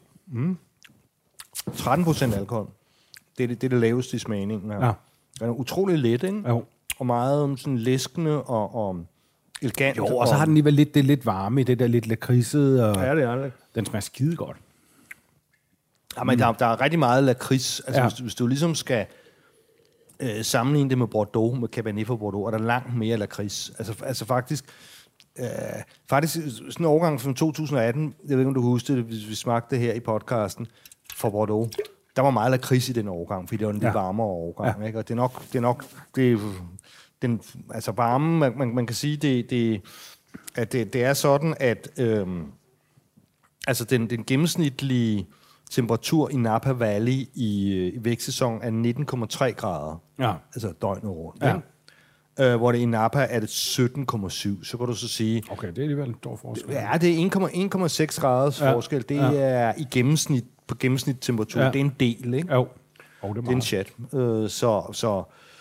13% alkohol. Det er det laveste i smagningen her. Ja. Den er utrolig let, ikke? Jo. Og meget sådan læskende og elegant. Jo, og så har den alligevel det lidt varme i det der lidt lakridset. Og ja, det er det. Den smager skide godt. Ja, men der er rigtig meget lakrids. Altså, hvis du ligesom skal sammenligne det med Bordeaux, med Cabernet fra Bordeaux, er der langt mere lakrids. Altså faktisk sådan en overgang fra 2018, jeg ved ikke, om du husker det, hvis vi smagte det her i podcasten, fra Bordeaux. Der var meget lakrids i den overgang, fordi det var en lidt varmere overgang. Ikke? Og det er nok den, altså varme, man kan sige, det er sådan, at altså den gennemsnitlige temperatur i Napa Valley i vækstsæsonen er 19,3 grader. Ja. Altså døgnet rundt. Ja. Hvor det i Napa er det 17,7. Så kan du så sige... Okay, det er alligevel en stor forskel. Ja, det er 1,6 graders forskel. Det er i gennemsnit på gennemsnittemperatur. Det er en del, ikke? Jo. Det er en chat.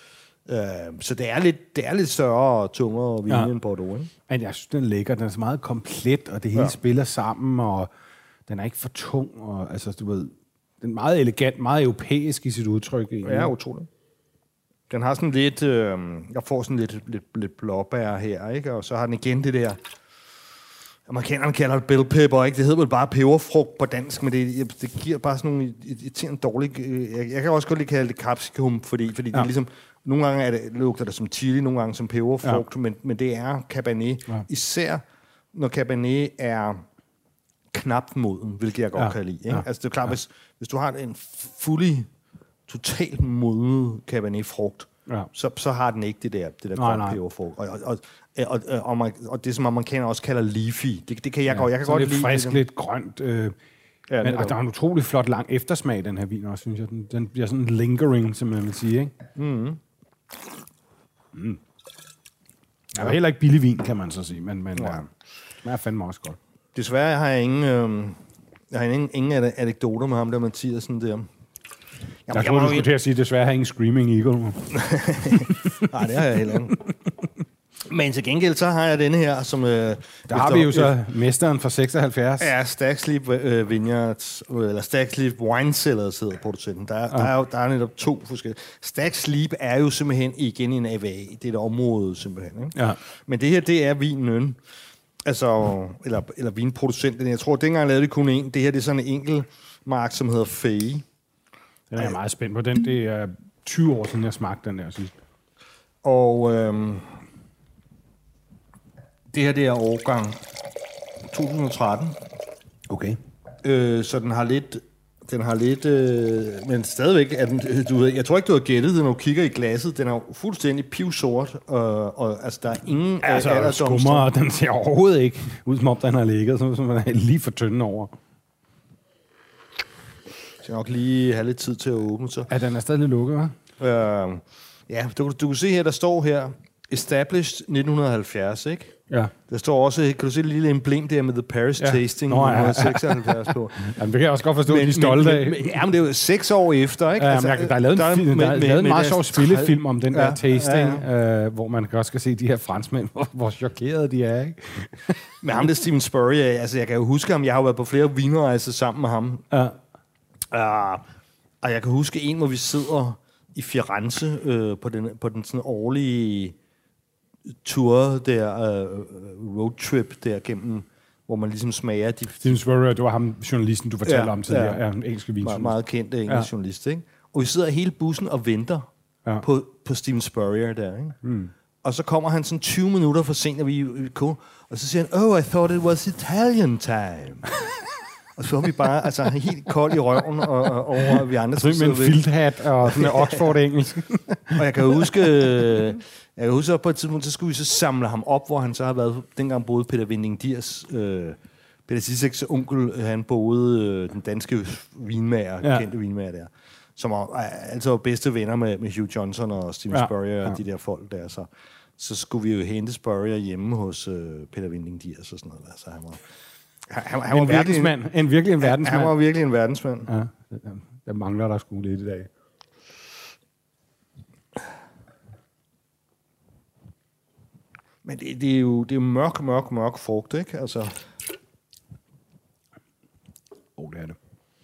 Så det er lidt større og tungere vin end Bordeaux, ikke? Men jeg synes, den er lækker. Den er så meget komplet, og det hele spiller sammen, og den er ikke for tung. Og, altså, du ved, den er meget elegant, meget europæisk i sit udtryk. Ja, utroligt. Den har sådan lidt... jeg får sådan lidt blåbær her, ikke? Og så har den igen det der... Amerikanerne kalder det bell pepper, ikke? Det hedder vel bare peberfrugt på dansk, men det giver bare sådan nogle irriterende dårlige... Jeg kan også godt lide kalde det capsicum, fordi det er ligesom... Nogle gange lugter det som chili, nogle gange som peberfrugt, men det er Cabernet. Ja. Især når Cabernet er knap moden, hvilket jeg godt kan lide. Ikke? Ja. Altså det er klart, hvis du har en totalt moden Cabernet-frugt, så har den ikke det der grønne peberfrugt. Og det, som amerikanere også kalder leafy, det kan jeg godt. Jeg kan godt lidt lide frisk, lidt grønt. Men der er en utrolig flot lang eftersmag, den her vin også, synes jeg. Den bliver sådan lingering, som man vil sige, ikke? Mm. Det er heller ikke billig vin, kan man så sige, men smager fandme også godt. Desværre har jeg ingen anekdoter med ham der, Mathiasen der. Jeg tror, du skulle til at sige, desværre har jeg ingen Screaming Eagle. Nej, det har jeg heller ikke. Men til gengæld, så har jeg denne her, som... Der har vi jo så mesteren fra 76. Ja, Stag Sleep Vineyards, eller Stag Sleep Wine Cellars hedder producenten. Der er netop 2 forskellige. Stag Sleep er jo simpelthen igen en AVA. Det er et område, simpelthen. Ikke? Ja. Men det her, det er vinen. Altså, eller vinproducenten. Jeg tror, dengang lavede de kun en. Det her, det er sådan en enkelt mark, som hedder Fay. Den er jeg meget spændt på. Det er 20 år siden, jeg smagte den der sidst. Og... det her, det er årgang 2013. Okay. Så den har lidt, men stadigvæk er den, jeg tror ikke, du har gættet det, når du kigger i glasset. Den er fuldstændig pivsort, og altså, der er ingen skummer, den ser overhovedet ikke ud, som om den har ligget, som man er lige for tynde over. Jeg skal nok lige have lidt tid til at åbne sig. Ja, den er stadig lidt lukket, hva'? Ja, du kan se her, der står her, established 1970, ikke? Ja. Der står også, kan du se et lille emblem der med The Paris Tasting 1976 på. Jamen, det kan jeg også godt forstå, at de er stolte af. Jamen, det er jo 6 år efter, ikke? Ja, altså, der er lavet en meget sjov spillefilm om den der tasting, hvor man også kan se de her franskmænd, hvor chokerede de er, ikke? Men ham der Steven Spurrier, altså jeg kan jo huske ham, jeg har jo været på flere vinrejser sammen med ham. Ja. Og jeg kan huske en, hvor vi sidder i Firenze på den sådan årlige tour der, roadtrip der gennem, hvor man ligesom smager de... Steven Spurrier, det var ham, journalisten, du fortalte om tidligere. Ja, en engelsk vinjournalist. Meget kendt engelsk journalist, ikke? Og vi sidder hele bussen og venter på Steven Spurrier der, ikke? Mm. Og så kommer han sådan 20 minutter for sent, og og så siger han, I thought it was Italian time. Og så var vi bare helt kold i røven og over vi andre. Så med en filthat og sådan en Oxford-engelsk. Og jeg kan huske, at på et tidspunkt, så skulle vi så samle ham op, hvor han så har været, dengang boede Peter Vinding Diers, Peter Sisseks onkel, han boede den danske vinmager, kendte vinmager der, som altså var bedste venner med Hugh Johnson og Steven Spurrier og de der folk der. Så skulle vi jo hente Spurrier hjemme hos Peter Vinding Diers og sådan noget. Altså han var en verdensmand. Virkelig en verdensmand. Han var virkelig en verdensmand. Ja, der mangler der sgu lidt i dag. Men det er jo mørk frugt, ikke? Altså. Det er det.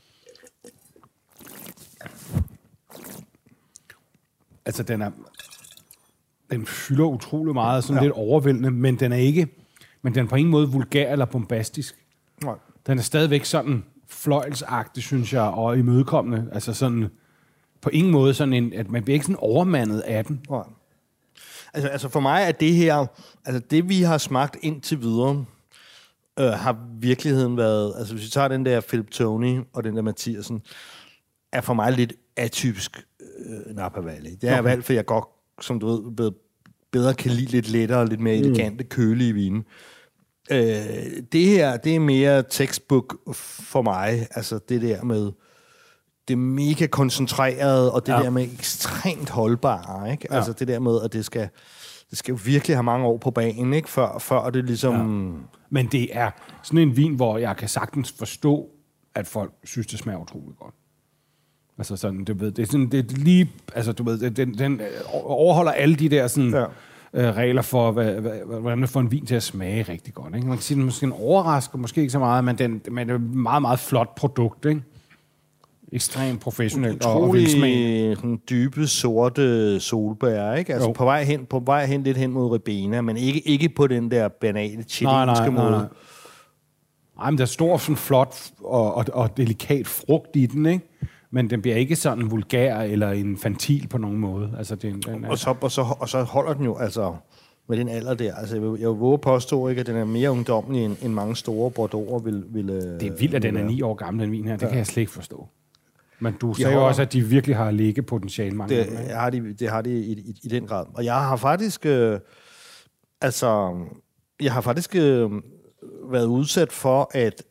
Altså, den fylder utrolig meget, sådan lidt overvældende, men den er på ingen måde vulgær eller bombastisk. Nej. Den er stadigvæk sådan fløjelsagtig, synes jeg, og imødekommende. Altså sådan, på ingen måde sådan at man bliver ikke sådan overmandet af den. Nej. Altså for mig er det her, altså det vi har smagt indtil videre, har virkeligheden været, altså hvis vi tager den der Philip Tony og den der Mathiasen, er for mig lidt atypisk Napa Valley. Det er valgt, for jeg godt, som du ved, bedre kan lide lidt lettere, lidt mere elegante, kølige vine. Det her, det er mere textbook for mig. Altså det der med det mega koncentreret, og det der med ekstremt holdbare, ikke? Ja. Altså det der med, at det skal jo virkelig have mange år på banen, ikke? Før det ligesom... Ja. Men det er sådan en vin, hvor jeg kan sagtens forstå, at folk synes, det smager utroligt godt. Altså sådan, du ved, det er sådan, det er lige, altså du ved, den overholder alle de der sådan regler for, hvordan man får en vin til at smage rigtig godt, ikke? Man kan sige, den måske overrasker, måske ikke så meget, men det er et meget, meget flot produkt, ikke? Ekstremt professionelt og velsmagende. Utrolig dybe, sorte solbær, ikke? Altså på vej hen lidt hen mod Ribena, men ikke på den der banale chilenske måde. Nej, men der er stor, sådan flot og delikat frugt i den, ikke? Men den bliver ikke sådan vulgær eller infantil på nogen måde. Altså, og så holder den jo altså med den alder der. Altså, jeg vil våge påstå, ikke, at den er mere ungdommelig end mange store Bordeaux'er vil. Det er vildt, at den er 9 år gammel, den vin her. Det kan jeg slet ikke forstå. Men du sagde jo også, at de virkelig har liggepotentiale mange gange. Det har de i den grad. Og jeg har faktisk været udsat for,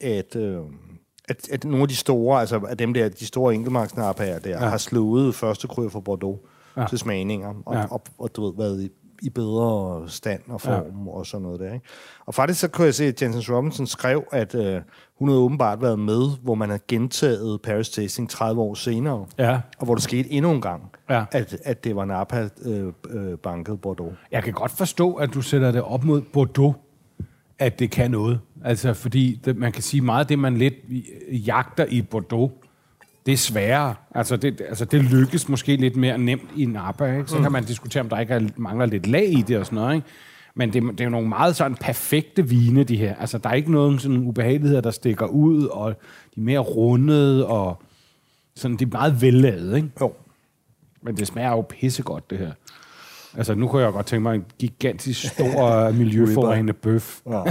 at nogle af de store, altså af dem der, de store enkeltmarksnapper der, har slået første krø for Bordeaux til smagninger, og du ved, været i bedre stand og form og sådan noget der, ikke? Og faktisk så kunne jeg se, at Jancis Robinson skrev, at hun havde åbenbart været med, hvor man havde gentaget Paris Tasting 30 år senere, og hvor det skete endnu en gang, at det var Napa banket Bordeaux. Jeg kan godt forstå, at du sætter det op mod Bordeaux, at det kan noget. Altså, fordi man kan sige meget af det, man lidt jagter i Bordeaux, det er sværere. Altså, det lykkes måske lidt mere nemt i Napa, ikke? Så kan man diskutere, om der ikke mangler lidt lag i det og sådan noget, ikke? Men det er jo nogle meget sådan perfekte vine, de her. Altså, der er ikke nogen sådan ubehageligheder, der stikker ud, og de er mere rundede, og sådan, det er meget vellavet, ikke? Jo. Men det smager jo pissegodt, det her. Altså, nu kunne jeg godt tænke mig en gigantisk stor miljøforurenende bøf. Ja.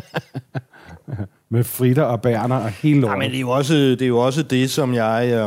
Med fritter og bærner og hele lortet. Ja, men det er jo også det, som jeg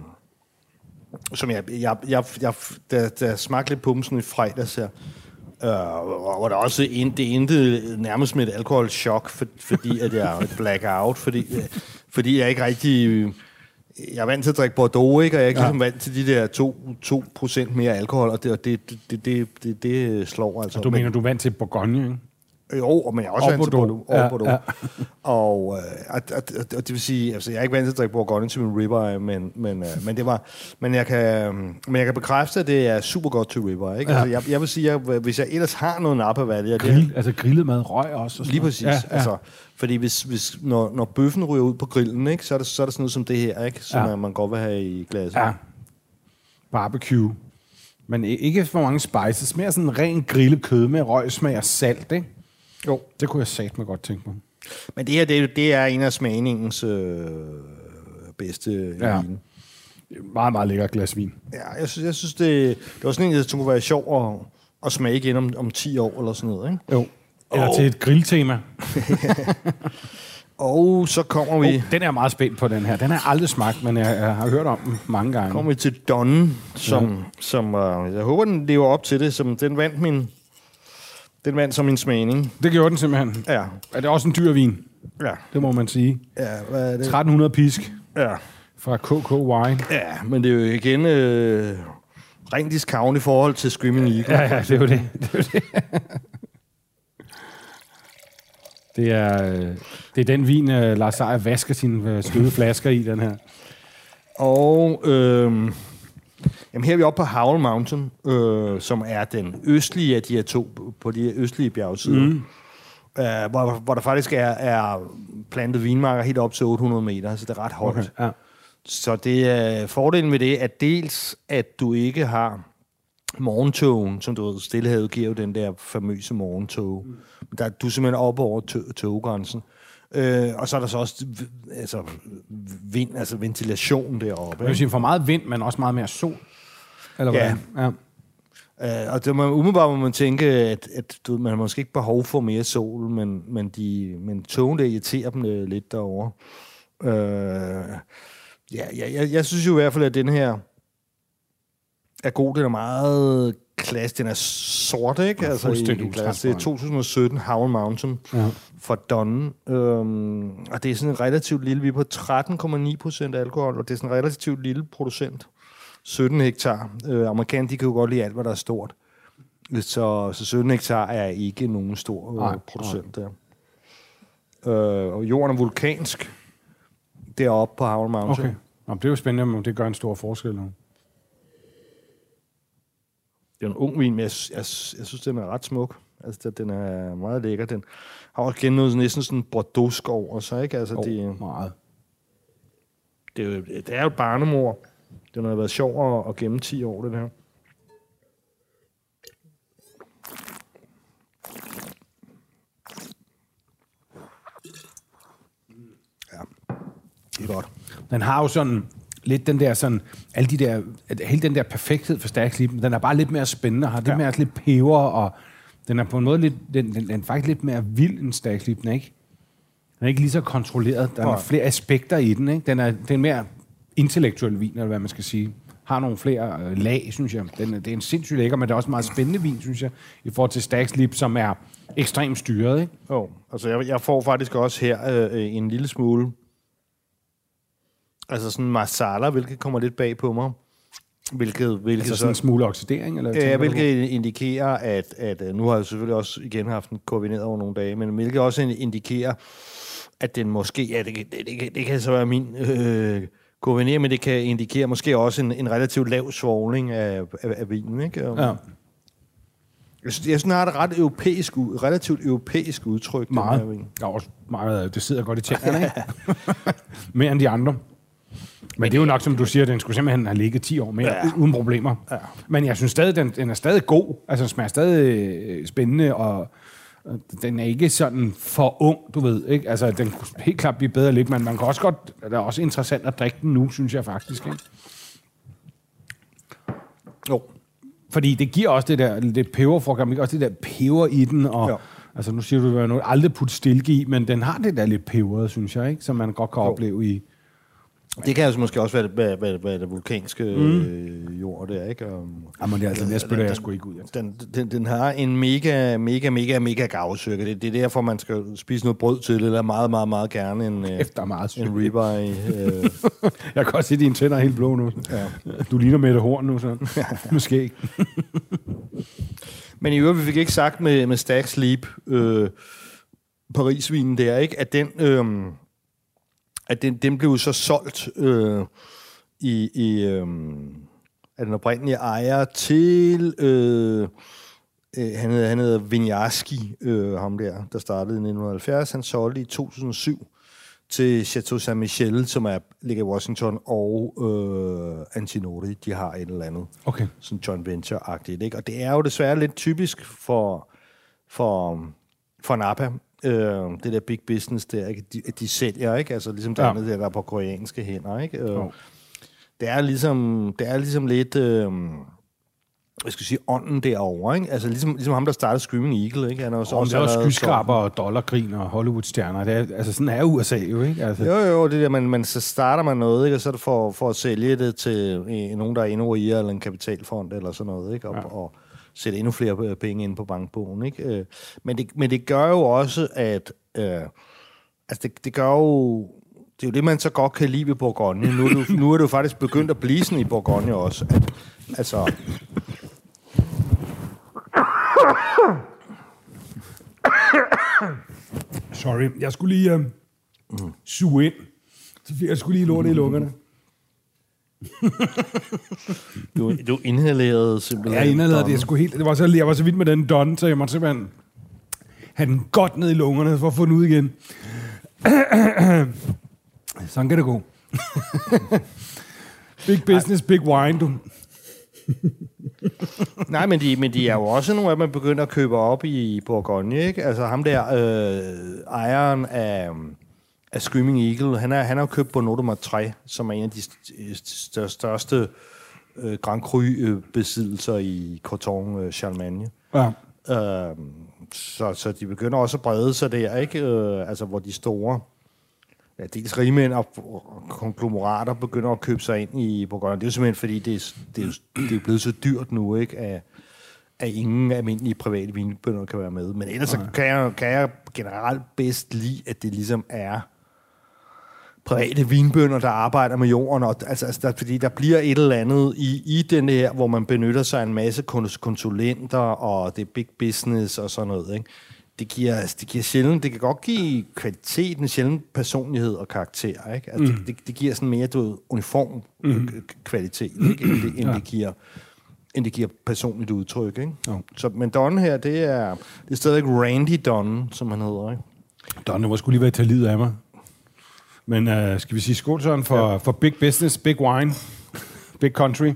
der smagte lidt på dem sådan i fredags her, hvor der også det endte nærmest med et alkoholchok, fordi at jeg er blackout, fordi jeg ikke rigtig... Jeg er vant til at drikke Bordeaux, ikke? Og jeg er ikke ligesom vant til de der 2% mere alkohol, og det slår altså. Og du mener, du er vant til Bourgogne, ikke? Jo, men jeg er også vant til Bordeaux. Ja. Og det vil sige, altså jeg er ikke vant til at drikke Bourgogne til min ribeye, men jeg kan bekræfte, at det er super godt til ribeye, ikke? Ja. Altså jeg vil sige, hvis jeg ellers har noget Napa Valley, altså grillet mad, røg også. Og lige præcis. Ja. Altså, fordi hvis når bøffen ryger ud på grillen, ikke, så er der sådan noget som det her, ikke, som man godt vil have i glasset. Ja. Barbecue. Men ikke for mange spices, mere sådan ren grillet kød med røg, smag og salt, ikke? Jo, det kunne jeg satme godt tænke mig. Men det her, det er en af smagningens bedste vin. Meget, meget lækker glas vin. Ja, jeg synes det var sådan en, som kunne være sjov at smage igen om 10 år eller sådan noget, ikke? Jo, eller til et grilltema. Og så kommer vi... Den er jeg meget spændt på, den her. Den har jeg aldrig smagt, men jeg har hørt om den mange gange. Kommer vi til Donnen, som jeg håber, den lever op til det, som den vandt som min smagning. Det gjorde den simpelthen. Ja. Er det også en dyr vin? Ja. Det må man sige. Ja, hvad er det? 1300 pisk. Ja. Fra KK Wine. Ja, men det er jo igen rent discount i forhold til Screaming Eagle. Ja, det er jo det. Det er den vin, Lars Seier vasker sine støde flasker i, den her. Og her er vi oppe på Howell Mountain, som er den østlige af de her to, på de østlige bjergsider. Hvor der faktisk er plantet vinmarker helt op til 800 meter, så det er ret højt. Okay, ja. Så det er fordelen ved det, at dels at du ikke har morgentogen, som du ved, Stillehavet giver jo den der famøse morgentog. Der du er simpelthen oppe over toggrænsen. Og så er der så også vind, altså ventilation deroppe. Jeg vil sige, for meget vind, men også meget mere sol. Eller hvad? Ja. Og det umiddelbart må man tænke, at man har måske ikke behov for mere sol, men togen der irriterer dem lidt derovre. Jeg synes jo i hvert fald, at den her er god. Den er meget klasse. Den er sort, ikke? Altså i glas. Det er 2017 Howell Mountain for Donnen. Og det er sådan en relativt lille. Vi er på 13,9% alkohol, og det er sådan en relativt lille producent. 17 hektar. Amerikanerne, de kan jo godt lide alt, hvad der er stort. Så 17 hektar er ikke nogen stor producent der. Og jorden er vulkansk deroppe på Howell Mountain. Okay. Det er jo spændende, om det gør en stor forskel. Det er en ung vin, men jeg synes, den er ret smuk. Altså, den er meget lækker. Den har også igen noget næsten sådan bordeauxk over sig, ikke? Altså, meget. Det er jo et barnemor. Den har været sjov at gemme 10 år, det her. Ja, det er godt. Den har jo sådan lidt den der sådan, hele den der perfekthed for Stag's, den er bare lidt mere spændende, har lidt mere lidt peber, og den er på en måde lidt, den er faktisk lidt mere vild end Stag's, den er ikke? Den er ikke lige så kontrolleret. Der er flere aspekter i den, ikke? Den er en mere intellektuel vin, eller hvad man skal sige. Har nogle flere lag, synes jeg. Det er en sindssygt lækker, men det er også en meget spændende vin, synes jeg, i forhold til Stag's, som er ekstremt styret, ikke? Altså jeg får faktisk også her en lille smule, altså sådan masala, hvilket kommer lidt bag på mig. Hvilket altså sådan en smule oxidering? Eller ja, hvilket indikerer, at nu har jeg selvfølgelig også igen haft den koordineret over nogle dage, men hvilket også indikerer, at den måske, ja, det kan så være min koordinering, men det kan indikere måske også en relativt lav svovling af vinen, ikke? Ja. Jeg synes, den har et relativt europæisk udtryk. Meget. Den her vin. Ja, også meget. Det sidder godt i tænderne, ikke? Mere end de andre. Men det er jo nok, som du siger, den skulle simpelthen have ligget 10 år mere, uden problemer. Ja. Men jeg synes stadig, den er stadig god. Altså, den smager stadig spændende, og den er ikke sådan for ung, du ved, ikke? Altså, den kunne helt klart blive bedre lidt, men man kan også godt, det er også interessant at drikke den nu, synes jeg faktisk, ikke? Jo. Fordi det giver også det der lidt peberforgram, ikke? Også det der peber i den, og altså, nu siger du, at du aldrig putte stilke i, men den har det der lidt peberet, synes jeg, ikke? Som man godt kan opleve i. Det kan altså måske også være det vulkanske jord der, ikke? Jamen, det er altså, det spiller jeg sgu ikke ud. Den har en mega gavsyrke. Det er derfor, man skal spise noget brød til, eller meget, meget, meget gerne en ribeye. Jeg kan også se, dine tænder er helt blå nu. Ja. Du ligner Mette Horn nu, sådan. Måske ikke. Men i øvrigt, vi fik ikke sagt med Stag's Leap, Parisvinen der, ikke? At den blev så solgt af den oprindelige ejer til han hedder Winiarski, ham der startede i 1970. Han solgte i 2007 til Chateau Saint-Michel, som ligger i Washington, og Antinori. De har et eller andet. Okay. Sådan joint venture-agtigt, ikke? Og det er jo desværre lidt typisk for Napa. Det der big business der, ikke? De sælger, ikke? Altså ligesom der andet der på koreanske hænder, ikke? Det er ligesom lidt, jeg skal sige, ånden derovre, ikke? Altså ligesom ham, der startede Screaming Eagle, ikke? Han er også også skyskraber og dollargrin og Hollywood-stjerner. Det er, altså sådan er USA jo, ikke? Altså. Jo, det der, så starter man noget, ikke? Og så er det for at sælge det til nogen, der er endnu rigere, eller en kapitalfond, eller sådan noget, ikke? Og sætte endnu flere penge ind på bankbogen, ikke? Men det gør jo også, at altså det gør jo, det er jo det, man så godt kan lide ved Bourgogne. Nu er det jo faktisk begyndt at blive sådan i Bourgogne også. Altså sorry, jeg skulle lige suge ind. Jeg skulle lige låne i lungerne. Du inhalerede simpelthen. Jeg inhalerede det. Jeg var så vidt med den don, så jeg måtte simpelthen have den godt ned i lungerne, for at få den ud igen. Sådan kan det gå. Big business, big wine, du. Nej, men de er jo også nogle af dem, man begynder at købe op i Bourgogne, ikke? Altså ham der, ejeren af Screaming Eagle, han har købt Bonneau de Martret, som er en af de største Grand Cru-besiddelser i Corton Charlemagne. Ja. Så de begynder også at brede sig der, ikke? Altså hvor de store, dels rigmænd og konglomerater begynder at købe sig ind i Bourgogne. Det er jo simpelthen fordi, det er blevet så dyrt nu, ikke? At ingen almindelige private vinbønder kan være med. Men ellers så kan jeg generelt bedst lide, at det ligesom er private vinbønder, der arbejder med jorden. Og, fordi der bliver et eller andet i den her, hvor man benytter sig af en masse konsulenter, og det er big business og sådan noget, ikke? det giver sjældent, det kan godt give kvalitet, men sjældent personlighed og karakter, ikke? Altså, det giver sådan mere, uniform kvalitet, ikke? End det giver personligt udtryk, ikke? Ja. Så, men Don her, det er stadig Randy Don, som han hedder, ikke? Don, det må sgu lige være til livet af mig. Men skal vi sige skål, Søren, for big business, big wine, big country?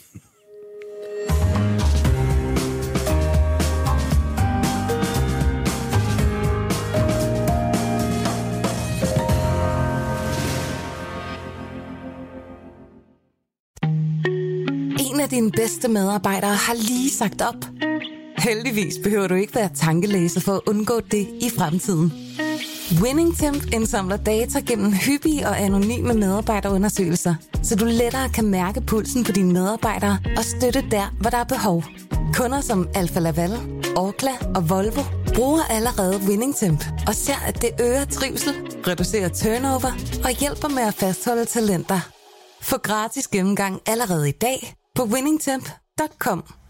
En af dine bedste medarbejdere har lige sagt op. Heldigvis behøver du ikke være tankelæser for at undgå det i fremtiden. WinningTemp indsamler data gennem hyppige og anonyme medarbejderundersøgelser, så du lettere kan mærke pulsen på dine medarbejdere og støtte der, hvor der er behov. Kunder som Alfa Laval, Orkla og Volvo bruger allerede WinningTemp og ser, at det øger trivsel, reducerer turnover og hjælper med at fastholde talenter. Få gratis gennemgang allerede i dag på winningtemp.com.